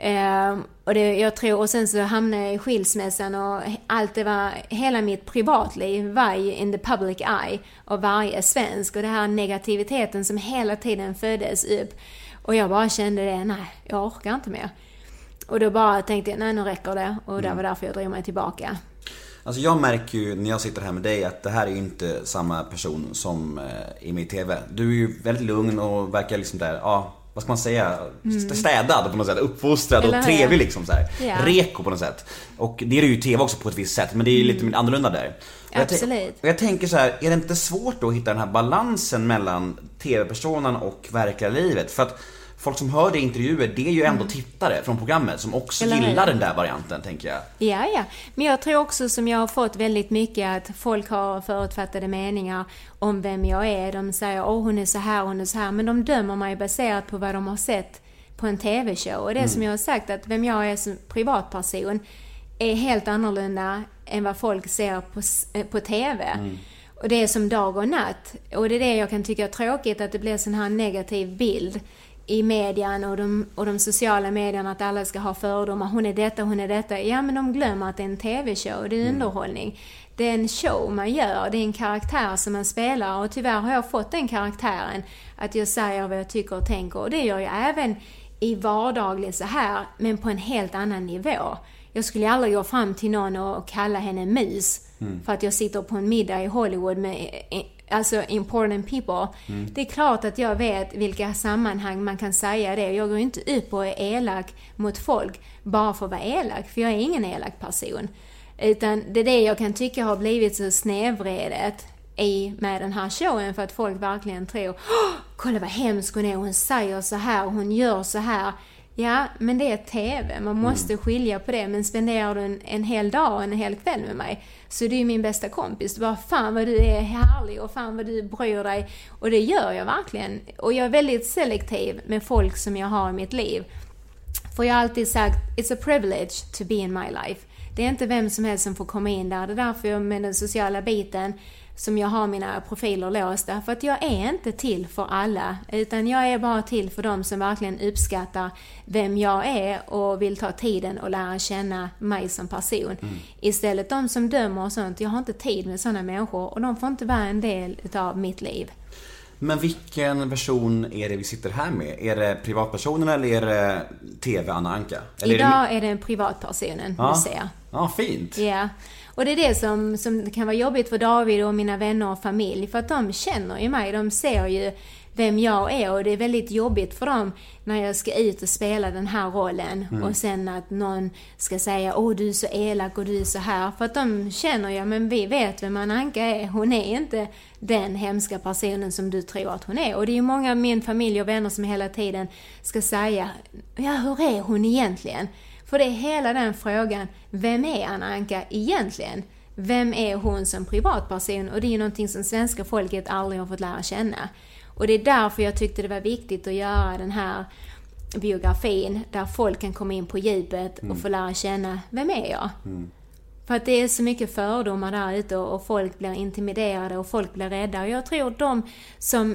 Och sen så hamnade jag i skilsmässan och allt det var, hela mitt privatliv var in the public eye av varje svensk, och det här negativiteten som hela tiden föddes upp, och jag bara kände det, nej, jag orkar inte mer. Och då bara tänkte jag, nej, nu räcker det, och det var därför jag drog mig tillbaka. Alltså jag märker ju när jag sitter här med dig att det här är ju inte samma person som i min TV. Du är ju väldigt lugn och verkar liksom där, ja, vad ska man säga, städad på något sätt, uppfostrad och trevlig liksom så här. Yeah. Reko på något sätt. Och det är ju i TV också på ett visst sätt, men det är ju lite annorlunda där. Absolut. Och jag tänker så här, är det inte svårt att hitta den här balansen mellan TV-personen och verkliga livet? För att folk som hör det i intervjuer, det är ju ändå tittare från programmet som också gillar den där varianten, tänker jag. Ja. Men jag tror också, som jag har fått väldigt mycket, att folk har förutfattade meningar om vem jag är. De säger, hon är så här, hon är så här. Men de dömer mig baserat på vad de har sett på en tv-show. Och det som jag har sagt, att vem jag är som privatperson är helt annorlunda än vad folk ser på tv. Och det är som dag och natt. Och det är det jag kan tycka är tråkigt, att det blir sån här negativ bild i median och de sociala medierna, att alla ska ha fördomar. Hon är detta. Ja, men de glömmer att det är en tv-show, det är underhållning. Det är en show man gör, det är en karaktär som man spelar, och tyvärr har jag fått den karaktären att jag säger vad jag tycker och tänker, och det gör jag även i vardagligt så här, men på en helt annan nivå. Jag skulle aldrig gå fram till någon och kalla henne mus för att jag sitter på en middag i Hollywood med alltså important people. Det är klart att jag vet vilka sammanhang man kan säga det. Jag går inte upp och är elak mot folk bara för att vara elak, för jag är ingen elak person. Utan det är det jag kan tycka har blivit så snävredet med den här showen, för att folk verkligen tror, kolla vad hemsk hon är, hon säger så här, hon gör så här. Ja, men det är TV. Man måste skilja på det. Men spenderar du en hel dag och en hel kväll med mig, så det är min bästa kompis. Du bara, fan vad du är härlig och fan vad du bryr dig. Och det gör jag verkligen. Och jag är väldigt selektiv med folk som jag har i mitt liv. För jag har alltid sagt, it's a privilege to be in my life. Det är inte vem som helst som får komma in där. Det är därför jag med den sociala biten som jag har mina profiler låsta. För att jag är inte till för alla, utan jag är bara till för dem som verkligen uppskattar vem jag är och vill ta tiden och lära känna mig som person. Istället de som dömer och sånt, jag har inte tid med sådana människor, och de får inte vara en del av mitt liv. Men vilken version är det vi sitter här med? Är det privatpersonen eller är det TV Anna Anka? Eller idag är det en privatpersonen, du ser. Ja, fint. Ja. Och det är det som kan vara jobbigt för David och mina vänner och familj. För att de känner ju mig, de ser ju vem jag är. Och det är väldigt jobbigt för dem när jag ska ut och spela den här rollen. Och sen att någon ska säga, du är så elak och du är så här. För att de känner ju, men vi vet vem Anna Anka är. Hon är inte den hemska personen som du tror att hon är. Och det är ju många av min familj och vänner som hela tiden ska säga, ja, hur är hon egentligen? För det är hela den frågan, vem är Anna Anka egentligen? Vem är hon som privatperson? Och det är ju någonting som svenska folket aldrig har fått lära känna. Och det är därför jag tyckte det var viktigt att göra den här biografin, där folk kan komma in på djupet och få lära känna, vem är jag? För att det är så mycket fördomar där ute, och folk blir intimiderade och folk blir rädda. Och jag tror de som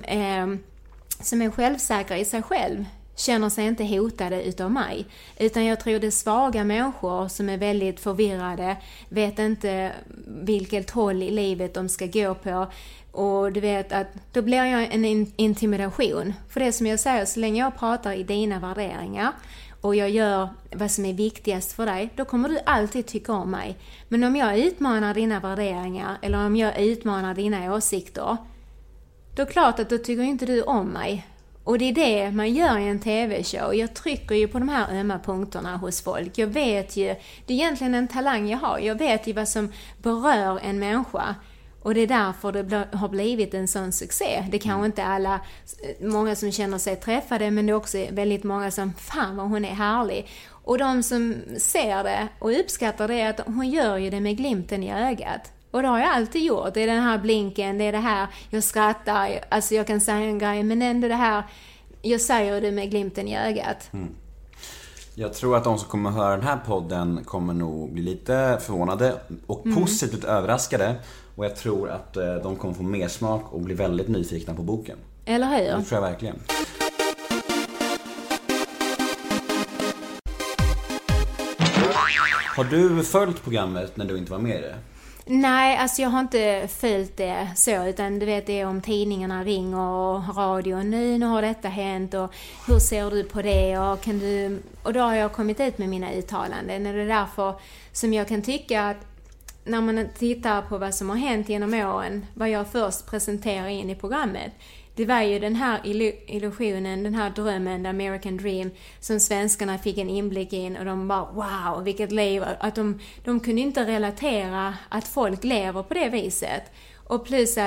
är självsäkra i sig själv känner sig inte hotade utav mig. Utan jag tror det är svaga människor som är väldigt förvirrade, vet inte vilket håll i livet de ska gå på. Och du vet att då blir jag en intimidation. För det som jag säger, så länge jag pratar i dina värderingar och jag gör vad som är viktigast för dig, då kommer du alltid tycka om mig. Men om jag utmanar dina värderingar eller om jag utmanar dina åsikter, då är det klart att då tycker inte du om mig. Och det är det man gör i en tv-show. Jag trycker ju på de här ömma punkterna hos folk. Jag vet ju, det är egentligen en talang jag har. Jag vet ju vad som berör en människa. Och det är därför det har blivit en sån succé. Det kanske inte alla, många som känner sig träffade, men det är också väldigt många som, fan vad hon är härlig. Och de som ser det och uppskattar det, att hon gör ju det med glimten i ögat. Och det har jag alltid gjort. Det är den här blinken, det är det här, jag skrattar, alltså jag kan säga en grej, men ändå det här, jag säger det med glimten i ögat. Jag tror att de som kommer att höra den här podden kommer nog bli lite förvånade och positivt överraskade. Och jag tror att de kommer få mer smak och bli väldigt nyfikna på boken. Eller hur? Det tror jag verkligen. Har du följt programmet när du inte var med i det? Nej, alltså jag har inte följt det så, utan du vet det är om tidningarna ringer och radion, nu har detta hänt och hur ser du på det och kan du... Och då har jag kommit ut med mina uttalanden. Och det är därför som jag kan tycka att när man tittar på vad som har hänt genom åren, vad jag först presenterar in i programmet, det var ju den här illusionen, den här drömmen, the American Dream, som svenskarna fick en inblick in och de bara wow, vilket liv, att de kunde inte relatera att folk lever på det viset. Och plus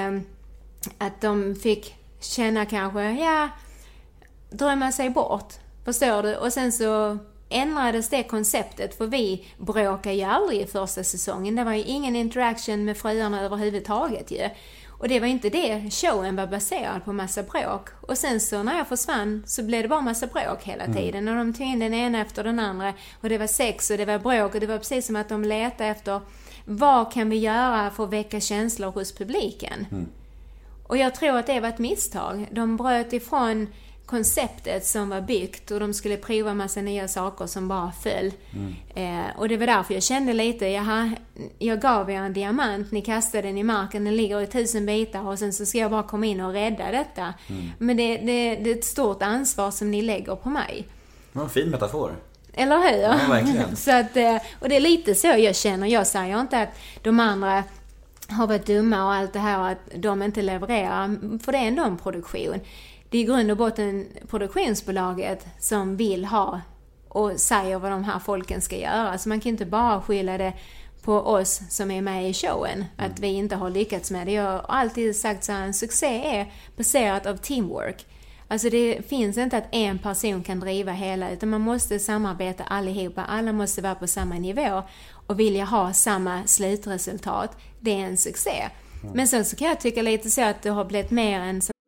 att de fick känna kanske, drömma sig bort, förstår du? Och sen så ändrades det konceptet, för vi bråkade ju aldrig i första säsongen. Det var ju ingen interaction med fruarna överhuvudtaget ju. Och det var inte det showen var baserad på, massa bråk. Och sen så när jag försvann så blev det bara massa bråk hela tiden. Och de tog in den ena efter den andra. Och det var sex och det var bråk. Och det var precis som att de letade efter vad kan vi göra för att väcka känslor hos publiken. Och jag tror att det var ett misstag. De bröt ifrån konceptet som var byggt och de skulle prova massa nya saker som bara föll. Och det var därför jag kände lite, jag gav er en diamant, ni kastade den i marken, den ligger i 1000 bitar och sen så ska jag bara komma in och rädda detta. Men det är ett stort ansvar som ni lägger på mig. Det var en fin metafor. Eller hur? Ja, verkligen. Så att, och det är lite så jag känner. Jag säger inte att de andra har varit dumma och allt det här och att de inte levererar, för det är ändå en produktion. Det är i grund och botten produktionsbolaget som vill ha och säger vad de här folken ska göra. Så man kan inte bara skylla det på oss som är med i showen, att vi inte har lyckats med det. Jag har alltid sagt så här, en succé är baserat av teamwork. Alltså det finns inte att en person kan driva hela, utan man måste samarbeta allihopa. Alla måste vara på samma nivå och vilja ha samma slutresultat. Det är en succé. Men sen så kan jag tycka lite så att det har blivit mer än så.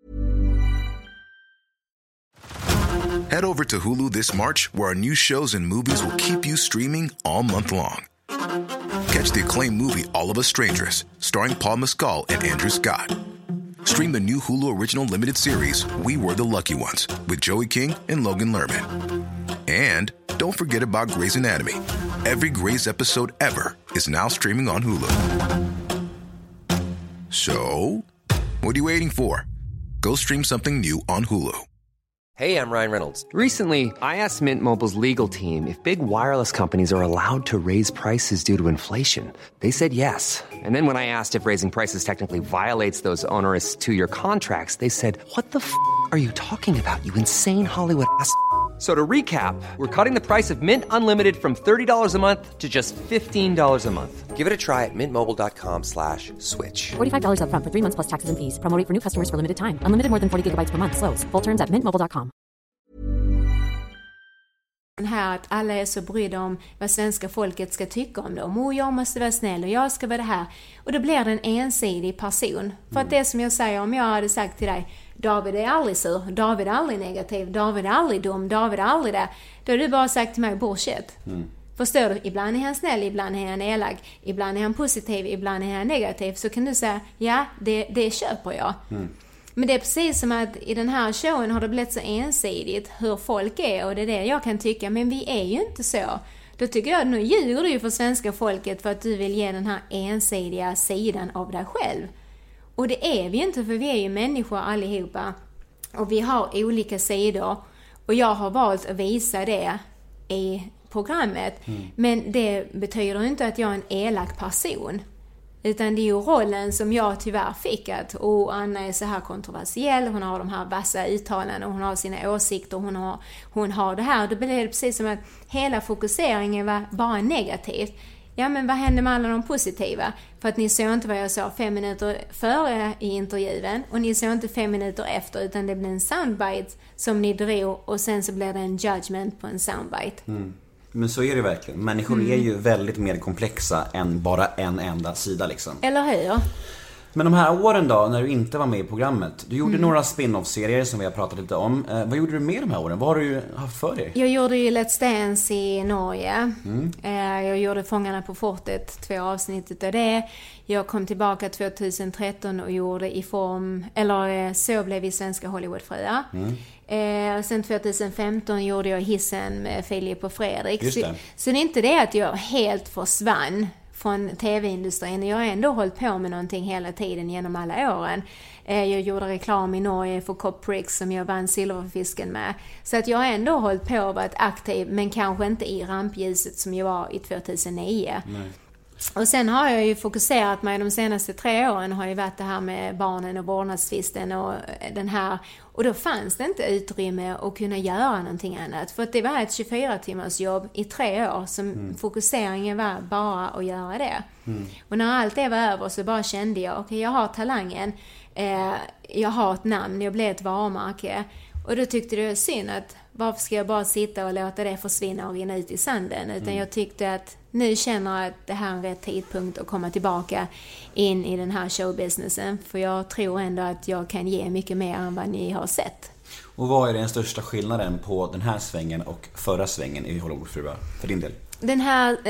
Head over to Hulu this March, where our new shows and movies will keep you streaming all month long. Catch the acclaimed movie All of Us Strangers, starring Paul Mescal and Andrew Scott. Stream the new Hulu original limited series We Were the Lucky Ones with Joey King and Logan Lerman. And don't forget about Grey's Anatomy. Every Grey's episode ever is now streaming on Hulu. So, what are you waiting for? Go stream something new on Hulu. Hey, I'm Ryan Reynolds. Recently, I asked Mint Mobile's legal team if big wireless companies are allowed to raise prices due to inflation. They said yes. And then when I asked if raising prices technically violates those onerous two-year contracts, they said, "What the f*** are you talking about, you insane Hollywood ass?" So to recap, we're cutting the price of Mint Unlimited from $30 a month to just $15 a month. Give it a try at mintmobile.com/switch. $45 up front for 3 months plus taxes and fees. Promo rate for new customers for limited time. Unlimited more than 40 gigabytes per month. Slows full terms at mintmobile.com. Här att alla är så brydda om vad svenska folket ska tycka om dem. Och jag måste vara snäll och jag ska vara det här. Och då blir det en ensidig person. För att det som jag säger, om jag hade sagt till dig, David är aldrig sur, David är aldrig negativ, David är aldrig dum, David är aldrig det. Då har du bara sagt till mig bullshit. Förstår du? Ibland är han snäll, ibland är han elak, ibland är han positiv, ibland är han negativ. Så kan du säga, ja, det köper jag. Men det är precis som att i den här showen har det blivit så ensidigt hur folk är, och det är det jag kan tycka, men vi är ju inte så. Då tycker jag att nu ljuger du ju för svenska folket för att du vill ge den här ensidiga sidan av dig själv. Och det är vi inte, för vi är ju människor allihopa och vi har olika sidor, och jag har valt att visa det i programmet. Men det betyder inte att jag är en elak person. Utan det är ju rollen som jag tyvärr fick, att Anna är så här kontroversiell, hon har de här vassa uttalanden, hon har sina åsikter, hon har det här. Då blir det precis som att hela fokuseringen var bara negativt. Ja, men vad hände med alla de positiva? För att ni såg inte vad jag sa 5 minuter före i intervjun, och ni såg inte 5 minuter efter, utan det blev en soundbite som ni drog, och sen så blev det en judgment på en soundbite. Men så är det verkligen. Människor är ju väldigt mer komplexa än bara en enda sida liksom. Eller hur? Men de här åren då, när du inte var med i programmet, du gjorde några spin-off-serier som vi har pratat lite om. Vad gjorde du med de här åren? Vad har du haft för dig? Jag gjorde ju Let's Dance i Norge. Jag gjorde Fångarna på fortet, 2 avsnitt av det. Jag kom tillbaka 2013 och gjorde Så blev vi svenska Hollywoodfruar. Sen 2015 gjorde jag Hissen med Filip och Fredrik. Så det är inte det att jag helt försvann från tv-industrin. Jag har ändå hållit på med någonting hela tiden genom alla åren. Jag gjorde reklam i Norge för Coprix som jag vann silverfisken med. Så att jag har ändå hållit på och varit aktiv, men kanske inte i rampljuset som jag var i 2009. Nej. Och sen har jag ju fokuserat mig de senaste 3 åren har ju varit det här med barnen och vårdnadstvisten och den här. Och då fanns det inte utrymme att kunna göra någonting annat. För att det var ett 24-timmars jobb i 3 år som fokuseringen var bara att göra det. Och när allt det var över så bara kände jag, okej, jag har talangen, jag har ett namn, jag blev ett varumärke. Och då tyckte det var synd att varför ska jag bara sitta och låta det försvinna och rinna ut i sanden? Utan jag tyckte att nu känner jag att det här är en rätt tidpunkt att komma tillbaka in i den här showbusinessen. För jag tror ändå att jag kan ge mycket mer än vad ni har sett. Och vad är den största skillnaden på den här svängen och förra svängen i Hollywoodfruar för din del? Den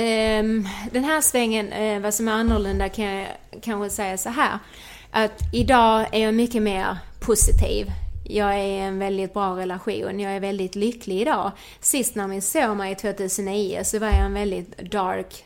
här svängen, vad som är annorlunda kan jag kanske säga så här. Att idag är jag mycket mer positiv. Jag är i en väldigt bra relation. Jag är väldigt lycklig idag. Sist när vi såg mig 2009 så var jag en väldigt dark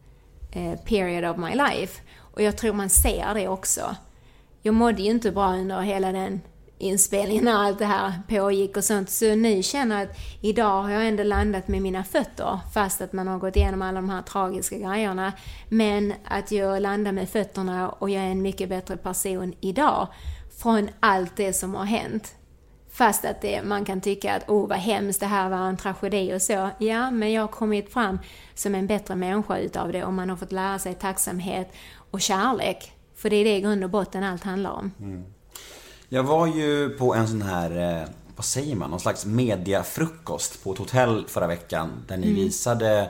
period of my life. Och jag tror man ser det också. Jag mådde ju inte bra under hela den inspelningen när allt det här pågick och sånt. Så nu känner jag att idag har jag ändå landat med mina fötter. Fast att man har gått igenom alla de här tragiska grejerna. Men att jag landar med fötterna och jag är en mycket bättre person idag. Från allt det som har hänt. Fast att man kan tycka att vad hemskt, det här var en tragedi och så. Ja, men jag har kommit fram som en bättre människa utav det. Och man har fått lära sig tacksamhet och kärlek. För det är det i grund och botten allt handlar om. Jag var ju på en sån här, vad säger man, någon slags mediafrukost på ett hotell förra veckan. Där ni visade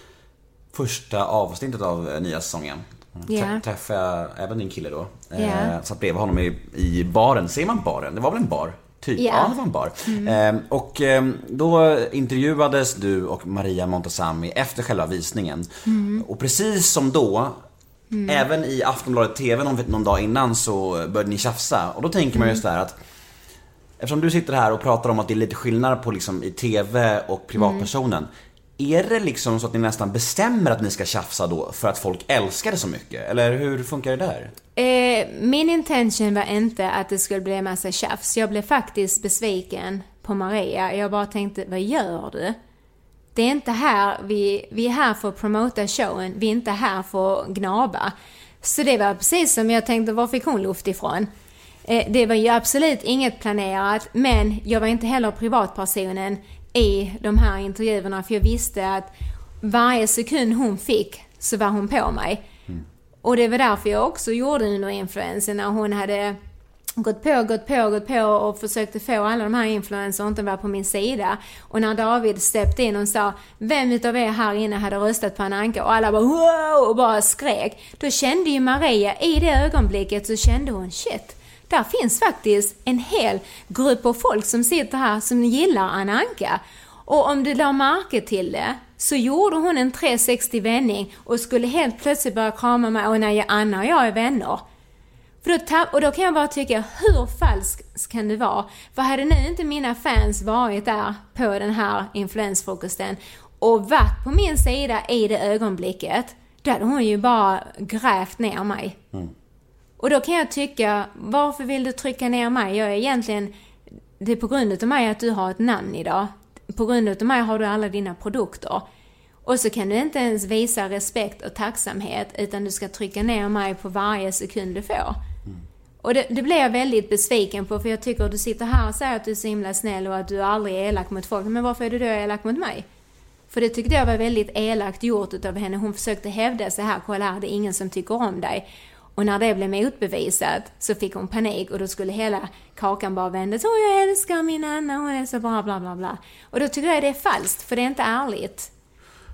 första avsnittet av nya säsongen. Träffade jag även din kille då. Satt bredvid honom i baren. Ser man baren? Det var väl en bar? Typ. Ja, det var en bar. Och då intervjuades du och Maria Montazami efter själva visningen. Och precis som då, även i Aftonbladet TV någon dag innan så började ni tjafsa. Och då tänker man just där att eftersom du sitter här och pratar om att det är lite skillnad på liksom i TV och privatpersonen. Är det liksom så att ni nästan bestämmer att ni ska tjafsa då för att folk älskar det så mycket? Eller hur funkar det där? Min intention var inte att det skulle bli en massa tjafs. Jag blev faktiskt besviken på Maria. Jag bara tänkte, vad gör du? Det är inte här, vi är här för att promota showen. Vi är inte här för att gnaba. Så det var precis som jag tänkte, var fick hon luft ifrån? Det var ju absolut inget planerat. Men jag var inte heller privatpersonen i de här intervjuerna, för jag visste att varje sekund hon fick så var hon på mig. Och det var därför jag också gjorde under influensen, när hon hade gått på och försökte få alla de här influenserna inte vara på min sida. Och när David steppte in och sa, vem utav er här inne hade röstat på Ananka? Och alla bara wow och bara skrek. Då kände ju Maria, i det ögonblicket så kände hon, shit, där finns faktiskt en hel grupp av folk som sitter här som gillar Ananka. Och om du la märke till det så gjorde hon en 360-vändning och skulle helt plötsligt börja krama mig och när Anna och jag är vänner. Och då kan jag bara tycka, hur falskt kan det vara? För hade nu inte mina fans varit där på den här influensfrukosten och varit på min sida i det ögonblicket, då hade hon ju bara grävt ner mig. Och då kan jag tycka, varför vill du trycka ner mig? Jag är egentligen, det är på grund av mig att du har ett namn idag. På grund av mig har du alla dina produkter. Och så kan du inte ens visa respekt och tacksamhet, utan du ska trycka ner mig på varje sekund du får. Och det blev jag väldigt besviken på, för jag tycker att du sitter här och säger att du är så himla snäll och att du aldrig är elak mot folk. Men varför är du då elak mot mig? För det tyckte jag var väldigt elakt gjort av henne. Hon försökte hävda sig här, kolla här, det är ingen som tycker om dig. Och när det blev motbevisat så fick hon panik och då skulle hela kakan bara vändas. Jag älskar min Anna, hon är så bra, bla bla bla. Och då tycker jag det är falskt, för det är inte ärligt.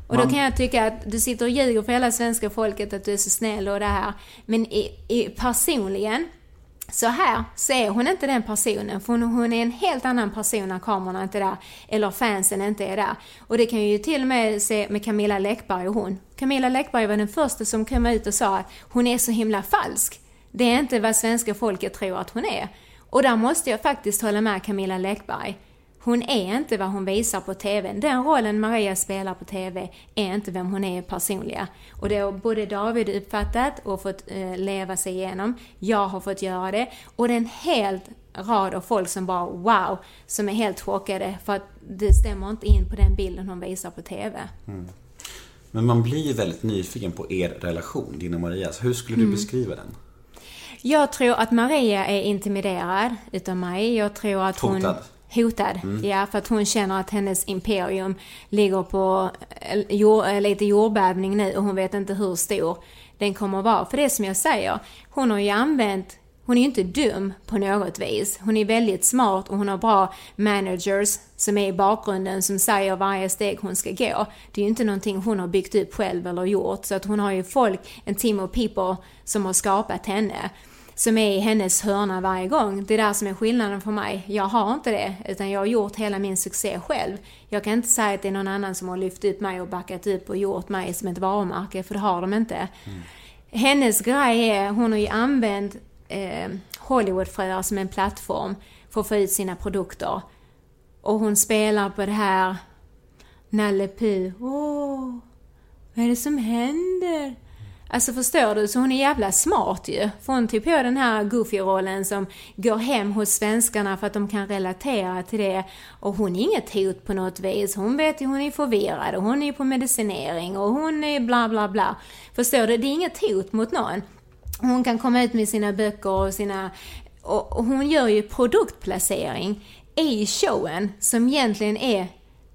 Och då kan jag tycka att du sitter och ljuger för hela svenska folket att du är så snäll och det här. Men personligen, så här så är hon inte den personen. För hon är en helt annan person när kameran inte är där. Eller fansen inte är där. Och det kan ju till och med se med Camilla Läckberg och hon. Camilla Läckberg var den första som kom ut och sa att hon är så himla falsk. Det är inte vad svenska folket tror att hon är. Och där måste jag faktiskt hålla med Camilla Läckberg. Hon är inte vad hon visar på tv. Den rollen Maria spelar på tv är inte vem hon är personliga. Och det har både David uppfattat och fått leva sig igenom. Jag har fått göra det. Och det är en helt rad av folk som bara wow, som är helt chockade för att det stämmer inte in på den bilden hon visar på tv. Mm. Men man blir ju väldigt nyfiken på er relation, din och Marias. Hur skulle du beskriva den? Jag tror att Maria är intimiderad utav mig. Jag tror att hotad. Ja, för att hon känner att hennes imperium ligger på lite jordbävning nu och hon vet inte hur stor den kommer att vara. För det som jag säger, hon har ju använt, hon är ju inte dum på något vis. Hon är väldigt smart och hon har bra managers som är i bakgrunden som säger varje steg hon ska gå. Det är ju inte någonting hon har byggt upp själv eller gjort. Så att hon har ju en team of people som har skapat henne. Som är i hennes hörna varje gång. Det är där som är skillnaden för mig. Jag har inte det, utan jag har gjort hela min succé själv. Jag kan inte säga att det är någon annan som har lyft upp mig och backat upp och gjort mig som ett varumärke, för det har de inte. Hennes grej är, hon har ju använt Hollywoodfröer som en plattform för att få ut sina produkter. Och hon spelar på det här Nalle Puh. Vad är det som händer? Alltså förstår du, så hon är jävla smart ju. För hon typ på den här Goofy-rollen som går hem hos svenskarna för att de kan relatera till det. Och hon är inget hot på något vis. Hon vet ju, hon är förvirrad och hon är på medicinering och hon är bla bla bla. Förstår du, det är inget hot mot någon. Hon kan komma ut med sina böcker och och hon gör ju produktplacering i showen som egentligen är,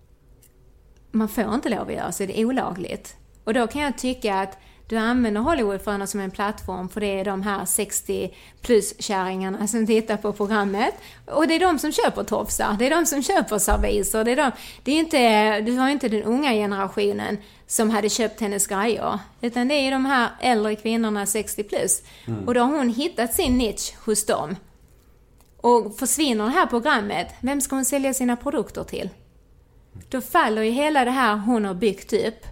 man får inte lov att göra, så det är olagligt. Och då kan jag tycka att du använder Hollywoodfröna som en plattform, för det är de här 60 plus kärringarna som tittar på programmet. Och det är de som köper tofsar, det är de som köper serviser. Det var inte den unga generationen som hade köpt hennes grejer. Utan det är de här äldre kvinnorna 60 plus. Och då har hon hittat sin niche hos dem. Och försvinner det här programmet, vem ska hon sälja sina produkter till? Då faller ju hela det här hon har byggt upp.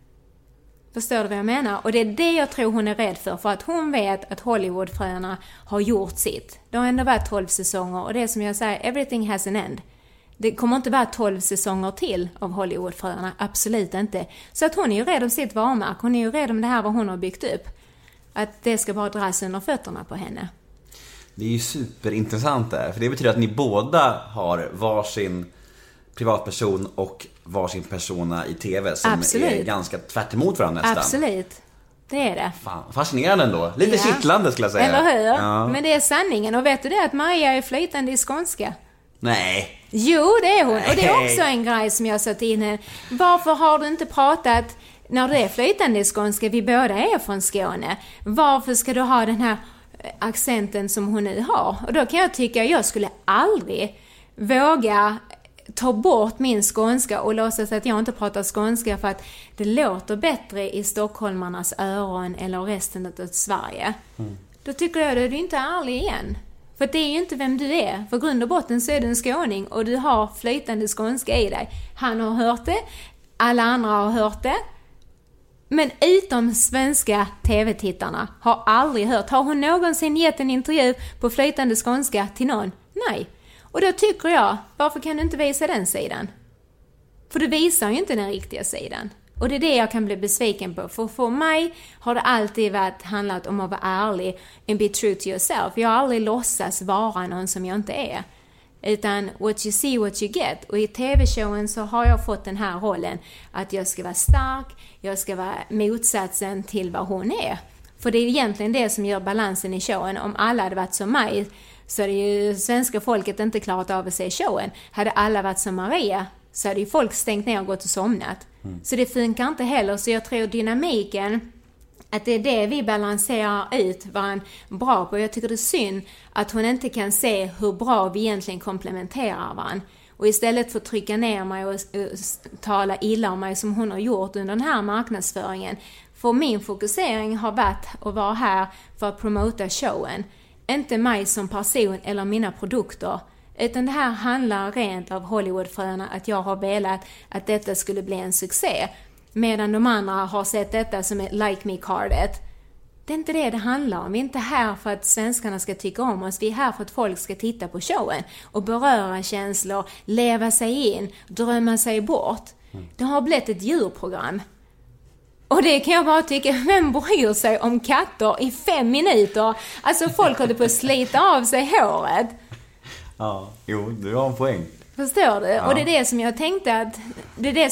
Förstår du vad jag menar? Och det är det jag tror hon är rädd för att hon vet att Hollywoodfröna har gjort sitt. Det har ändå varit 12 säsonger och det är som jag säger, everything has an end. Det kommer inte vara 12 säsonger till av Hollywoodfröna, absolut inte. Så att hon är ju rädd om sitt varumärke, hon är ju rädd om det här vad hon har byggt upp. Att det ska bara dras under fötterna på henne. Det är ju superintressant där, för det betyder att ni båda har varsin privatperson och varsin persona i tv som är ganska tvärt emot varandra nästan. Absolut, det är det. Fan, fascinerande ändå. Lite kittlande skulle jag säga. Eller hur? Ja. Men det är sanningen. Och vet du det att Maria är flytande i skånska? Nej. Jo, det är hon. Och det är också en grej som jag satt in här. Varför har du inte pratat när du är flytande i skånska? Vi båda är från Skåne. Varför ska du ha den här accenten som hon nu har? Och då kan jag tycka att jag skulle aldrig våga ta bort min skånska och låtsas att jag inte pratar skånska för att det låter bättre i stockholmarnas öron eller resten av Sverige. Då tycker jag att du är inte ärlig igen. För det är ju inte vem du är. För grund och botten så är du en skåning och du har flytande skånska i dig. Han har hört det, alla andra har hört det. Men utom svenska tv-tittarna har aldrig hört. Har hon någonsin gett en intervju på flytande skånska till någon? Nej. Och då tycker jag, varför kan du inte visa den sidan? För du visar ju inte den riktiga sidan. Och det är det jag kan bli besviken på. För mig har det alltid handlat om att vara ärlig and be true to yourself. Jag har aldrig låtsats vara någon som jag inte är. Utan what you see, what you get. Och i tv-showen så har jag fått den här rollen att jag ska vara stark, jag ska vara motsatsen till vad hon är. För det är egentligen det som gör balansen i showen. Om alla hade varit som mig så hade ju svenska folket inte klarat av att se showen. Hade alla varit som Maria så hade ju folk stängt ner och gått och somnat. Så det funkar inte heller. Så jag tror dynamiken, att det är det vi balanserar ut varandra bra på. Jag tycker det är synd att hon inte kan se hur bra vi egentligen komplementerar varandra. Och istället för att trycka ner mig och tala illa om mig som hon har gjort under den här marknadsföringen. För min fokusering har varit att vara här för att promota showen. Inte mig som person eller mina produkter. Utan det här handlar rent av Hollywoodfröna att jag har velat att detta skulle bli en succé. Medan de andra har sett detta som ett like me-cardet. Det är inte det handlar om. Vi är inte här för att svenskarna ska tycka om oss. Vi är här för att folk ska titta på showen och beröra känslor, leva sig in, drömma sig bort. Det har blivit ett djurprogram. Och det kan jag bara tycka, vem bryr sig om katter i 5 minuter? Alltså folk håller på att slita av sig håret. Ja, jo, du har en poäng. Förstår du? Ja. Och det är det som jag tänkte att det är det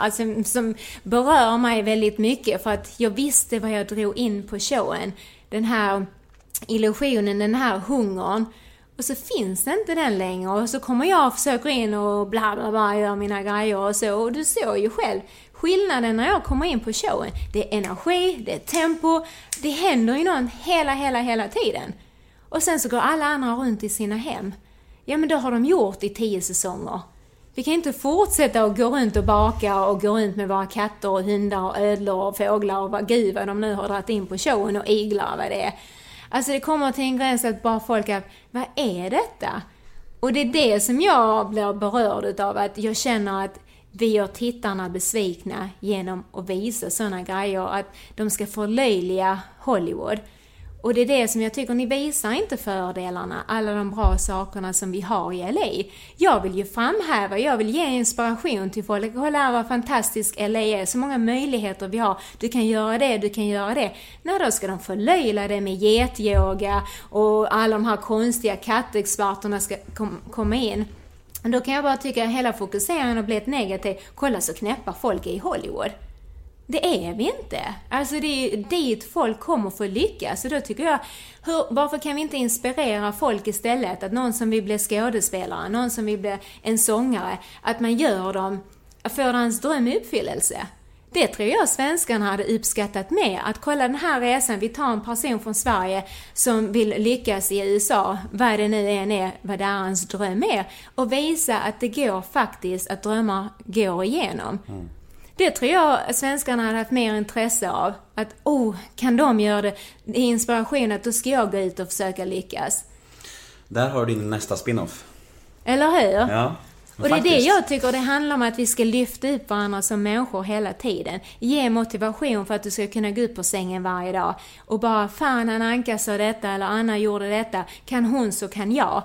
som berör mig väldigt mycket, för att jag visste vad jag drog in på showen. Den här illusionen, den här hungern. Och så finns det inte den längre. Och så kommer jag och försöker in och bla bla bla, gör mina grejer och så. Och du såg ju själv skillnaden när jag kommer in på showen. Det är energi, det är tempo. Det händer ju någon hela tiden. Och sen så går alla andra runt i sina hem. Ja, men då har de gjort i 10 säsonger. Vi kan inte fortsätta att gå runt och baka och gå runt med våra katter och hundar och ödlor och fåglar och vad de nu har dragit in på showen och iglar vad det är. Alltså det kommer till en gräns att bara folk är, vad är detta? Och det är det som jag blir berörd av, att jag känner att vi gör tittarna besvikna genom att visa sådana grejer, att de ska förlöjliga Hollywood. Och det är det som jag tycker, ni visar inte fördelarna, alla de bra sakerna som vi har i LA. Jag vill ju framhäva, jag vill ge inspiration till folk. Kolla vad fantastisk LA är, så många möjligheter vi har. Du kan göra det, du kan göra det. Nej, då ska de förlöjla det med getyoga och alla de här konstiga kattexperterna ska komma in. Och då kan jag bara tycka att hela fokuseringen har blivit negativ. Kolla så knäppa folk i Hollywood. Det är vi inte. Alltså det är dit folk kommer för att lyckas. Så då tycker jag, varför kan vi inte inspirera folk istället? Att någon som vill bli skådespelare, någon som vill bli en sångare, att man gör dem, får hans dröm i uppfyllelse. Det tror jag svenskarna hade uppskattat mer. Att kolla den här resan, vi tar en person från Sverige som vill lyckas i USA, vad det nu än är, vad deras dröm är. Och visa att det går faktiskt, att drömmar går igenom. Det tror jag svenskarna hade haft mer intresse av. Att, kan de göra det? Det är inspiration att då ska jag gå ut och försöka lyckas. Där har du din nästa spin-off. Eller hur? Ja. Och det är det jag tycker det handlar om, att vi ska lyfta upp varandra som människor hela tiden. Ge motivation för att du ska kunna gå upp på sängen varje dag. Och bara, fan Anna sa detta eller Anna gjorde detta. Kan hon så kan jag.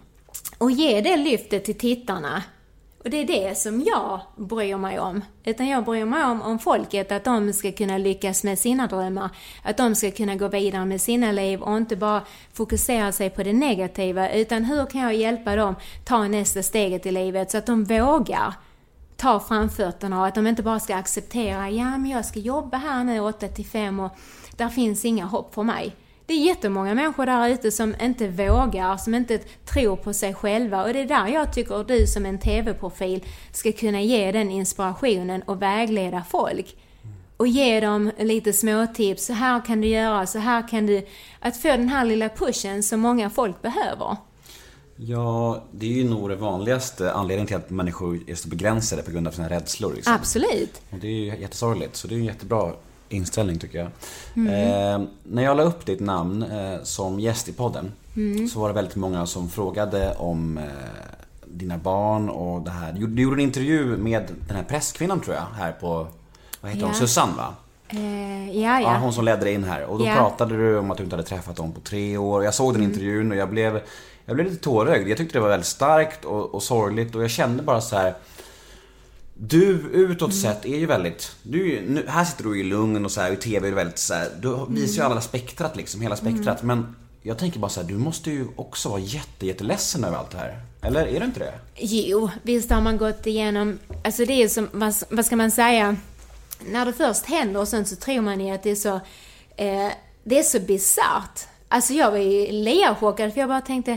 Och ge det lyftet till tittarna. Och det är det som jag bryr mig om. Utan jag bryr mig om folket, att de ska kunna lyckas med sina drömmar. Att de ska kunna gå vidare med sina liv och inte bara fokusera sig på det negativa. Utan hur kan jag hjälpa dem ta nästa steget i livet så att de vågar ta framfötterna och att de inte bara ska acceptera, ja men jag ska jobba här nu 8-5 och där finns inga hopp för mig. Det är jättemånga människor där ute som inte vågar, som inte tror på sig själva. Och det är där jag tycker att du som en tv-profil ska kunna ge den inspirationen och vägleda folk. Och ge dem lite småtips. Så här kan du göra, så här kan du... Att få den här lilla pushen som många folk behöver. Ja, det är ju nog det vanligaste anledningen till att människor är så begränsade på grund av sina rädslor. Liksom. Absolut. Och det är ju jättesorgligt, så det är en jättebra inställning tycker jag. När jag la upp ditt namn som gäst i podden så var det väldigt många som frågade om dina barn och det här. Du gjorde en intervju med den här presskvinnan tror jag här på, vad heter hon? Susanne va? Ja, hon som ledde in här. Och då pratade du om att du inte hade träffat dem på 3 år. Jag såg den intervjun och jag blev lite tårögd. Jag tyckte det var väldigt starkt och sorgligt. Och jag kände bara så här: du utåt sett är ju väldigt... här sitter du i lugn och så här, i tv är det väldigt så här, du visar ju alla spektrat liksom, hela spektrat. Men jag tänker bara så här, du måste ju också vara jätteledsen över allt det här. Eller är det inte det? Jo, visst har man gått igenom... Alltså det är som, vad ska man säga... När det först händer och sen så tror man ju att det är så... det är så bizarrt. Alltså jag var ju leachockad för jag bara tänkte...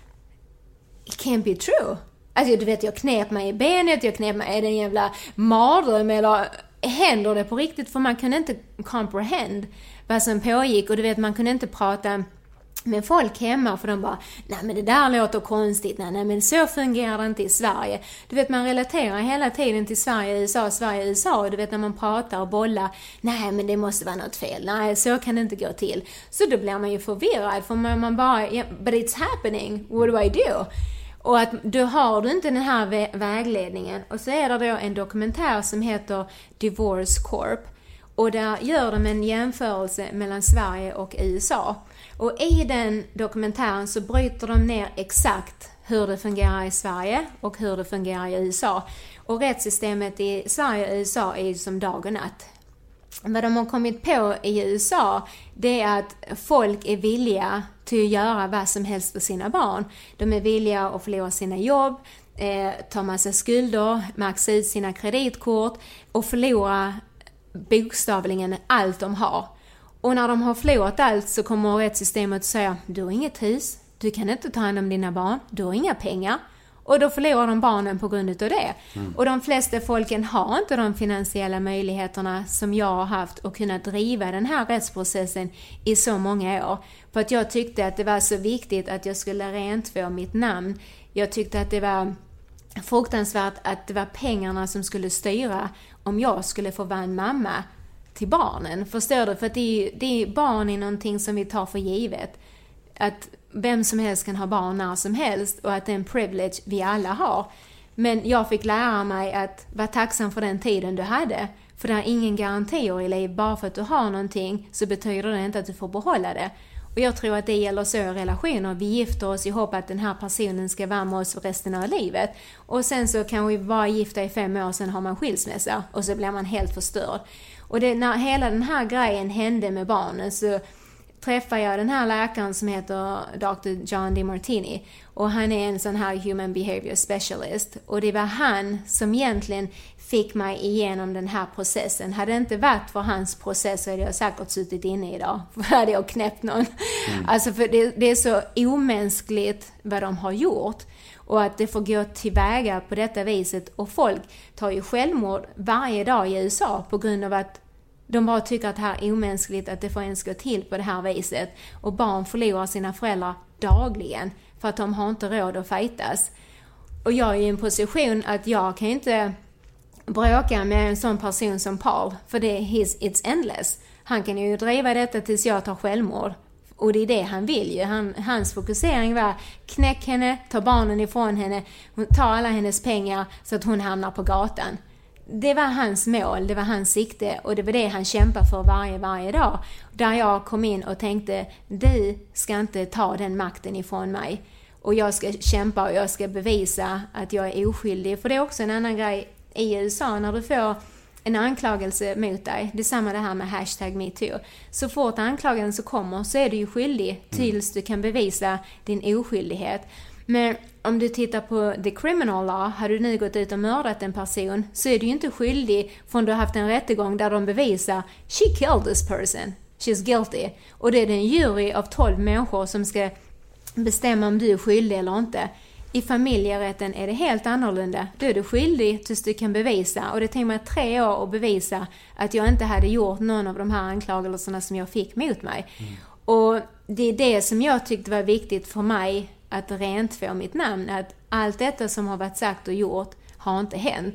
It can't be true. Alltså du vet, jag knep mig i benet, jag knep mig i den jävla mardröm, eller händer det på riktigt? För man kunde inte comprehend vad som pågick, och du vet, man kunde inte prata Men folk hemma, för de bara, nej men det där låter konstigt, nej men så fungerar det inte i Sverige. Du vet, man relaterar hela tiden till Sverige, USA, Sverige, USA. Och du vet, när man pratar och bollar, nej men det måste vara något fel, nej så kan det inte gå till. Så då blir man ju förvirrad, för man bara, yeah, but it's happening, what do I do? Och att då har du inte den här vägledningen. Och så är det då en dokumentär som heter Divorce Corp. Och där gör de en jämförelse mellan Sverige och USA. Och i den dokumentären så bryter de ner exakt hur det fungerar i Sverige och hur det fungerar i USA. Och rättssystemet i Sverige och USA är ju som dag och natt. Vad de har kommit på i USA, det är att folk är villiga till att göra vad som helst för sina barn. De är villiga att förlora sina jobb, ta massa skulder, maxa ut sina kreditkort och förlora bokstavligen allt de har. Och när de har förlorat allt så kommer rättssystemet att säga, du har inget hus, du kan inte ta hand om dina barn, du har inga pengar. Och då förlorar de barnen på grund av det. Och de flesta folken har inte de finansiella möjligheterna som jag har haft att kunna driva den här rättsprocessen i så många år. För att jag tyckte att det var så viktigt att jag skulle rentvå mitt namn. Jag tyckte att det var fruktansvärt att det var pengarna som skulle styra om jag skulle få vara en mamma till barnen. Förstår du? För att det är barn är någonting som vi tar för givet. Att vem som helst kan ha barn när som helst och att det är en privilege vi alla har. Men jag fick lära mig att vara tacksam för den tiden du hade. För det är ingen garantier i liv. Bara för att du har någonting så betyder det inte att du får behålla det. Och jag tror att det gäller så i relationer. Vi gifter oss i hopp att den här personen ska vara med oss för resten av livet. Och sen så kan vi vara gifta i 5 år, sen har man skilsmässa. Och så blir man helt förstörd. Och när hela den här grejen hände med barnen så träffade jag den här läkaren som heter Dr. John DeMartini. Och han är en sån här human behavior specialist. Och det var han som egentligen fick mig igenom den här processen. Hade det inte varit för hans process så hade jag säkert suttit inne idag. För hade jag knäppt någon. Alltså för det är så omänskligt vad de har gjort. Och att det får gå tillväga på detta viset. Och folk tar ju självmord varje dag i USA på grund av att de bara tycker att det här är omänskligt, att det får ens gå till på det här viset. Och barn förlorar sina föräldrar dagligen för att de har inte råd att fightas. Och jag är i en position att jag kan inte bråka med en sån person som Paul. För it's endless. Han kan ju driva detta tills jag tar självmord. Och det är det han vill ju. Hans fokusering var knäck henne, ta barnen ifrån henne, ta alla hennes pengar så att hon hamnar på gatan. Det var hans mål, det var hans sikte och det var det han kämpade för varje dag. Där jag kom in och tänkte, du ska inte ta den makten ifrån mig. Och jag ska kämpa och jag ska bevisa att jag är oskyldig. För det är också en annan grej i USA när du får en anklagelse mot dig. Det är samma det här med #MeToo. Så fort anklagelsen kommer så är du ju skyldig tills du kan bevisa din oskyldighet. Men om du tittar på the criminal law, har du nu gått ut och mördat en person så är du ju inte skyldig förrän du har haft en rättegång där de bevisar she killed this person, she's guilty. Och det är en jury av 12 människor som ska bestämma om du är skyldig eller inte. I familjerätten är det helt annorlunda. Då är du skyldig tills du kan bevisa. Och det tog mig 3 år att bevisa att jag inte hade gjort någon av de här anklagelserna som jag fick mot mig. Och det är det som jag tyckte var viktigt för mig att rentvå mitt namn. Att allt detta som har varit sagt och gjort har inte hänt.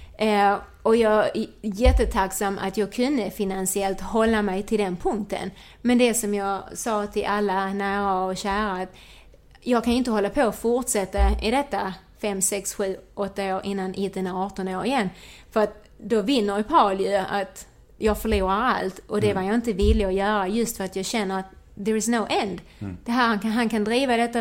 Och jag är jättetacksam att jag kunde finansiellt hålla mig till den punkten. Men det som jag sa till alla nära och kära, att jag kan inte hålla på och fortsätta i detta 5, 6, 7, 8 år innan Ethan är 18 år igen. För att då vinner Paul ju att jag förlorar allt. Och det var jag inte villig att göra just för att jag känner att there is no end. Det här, han kan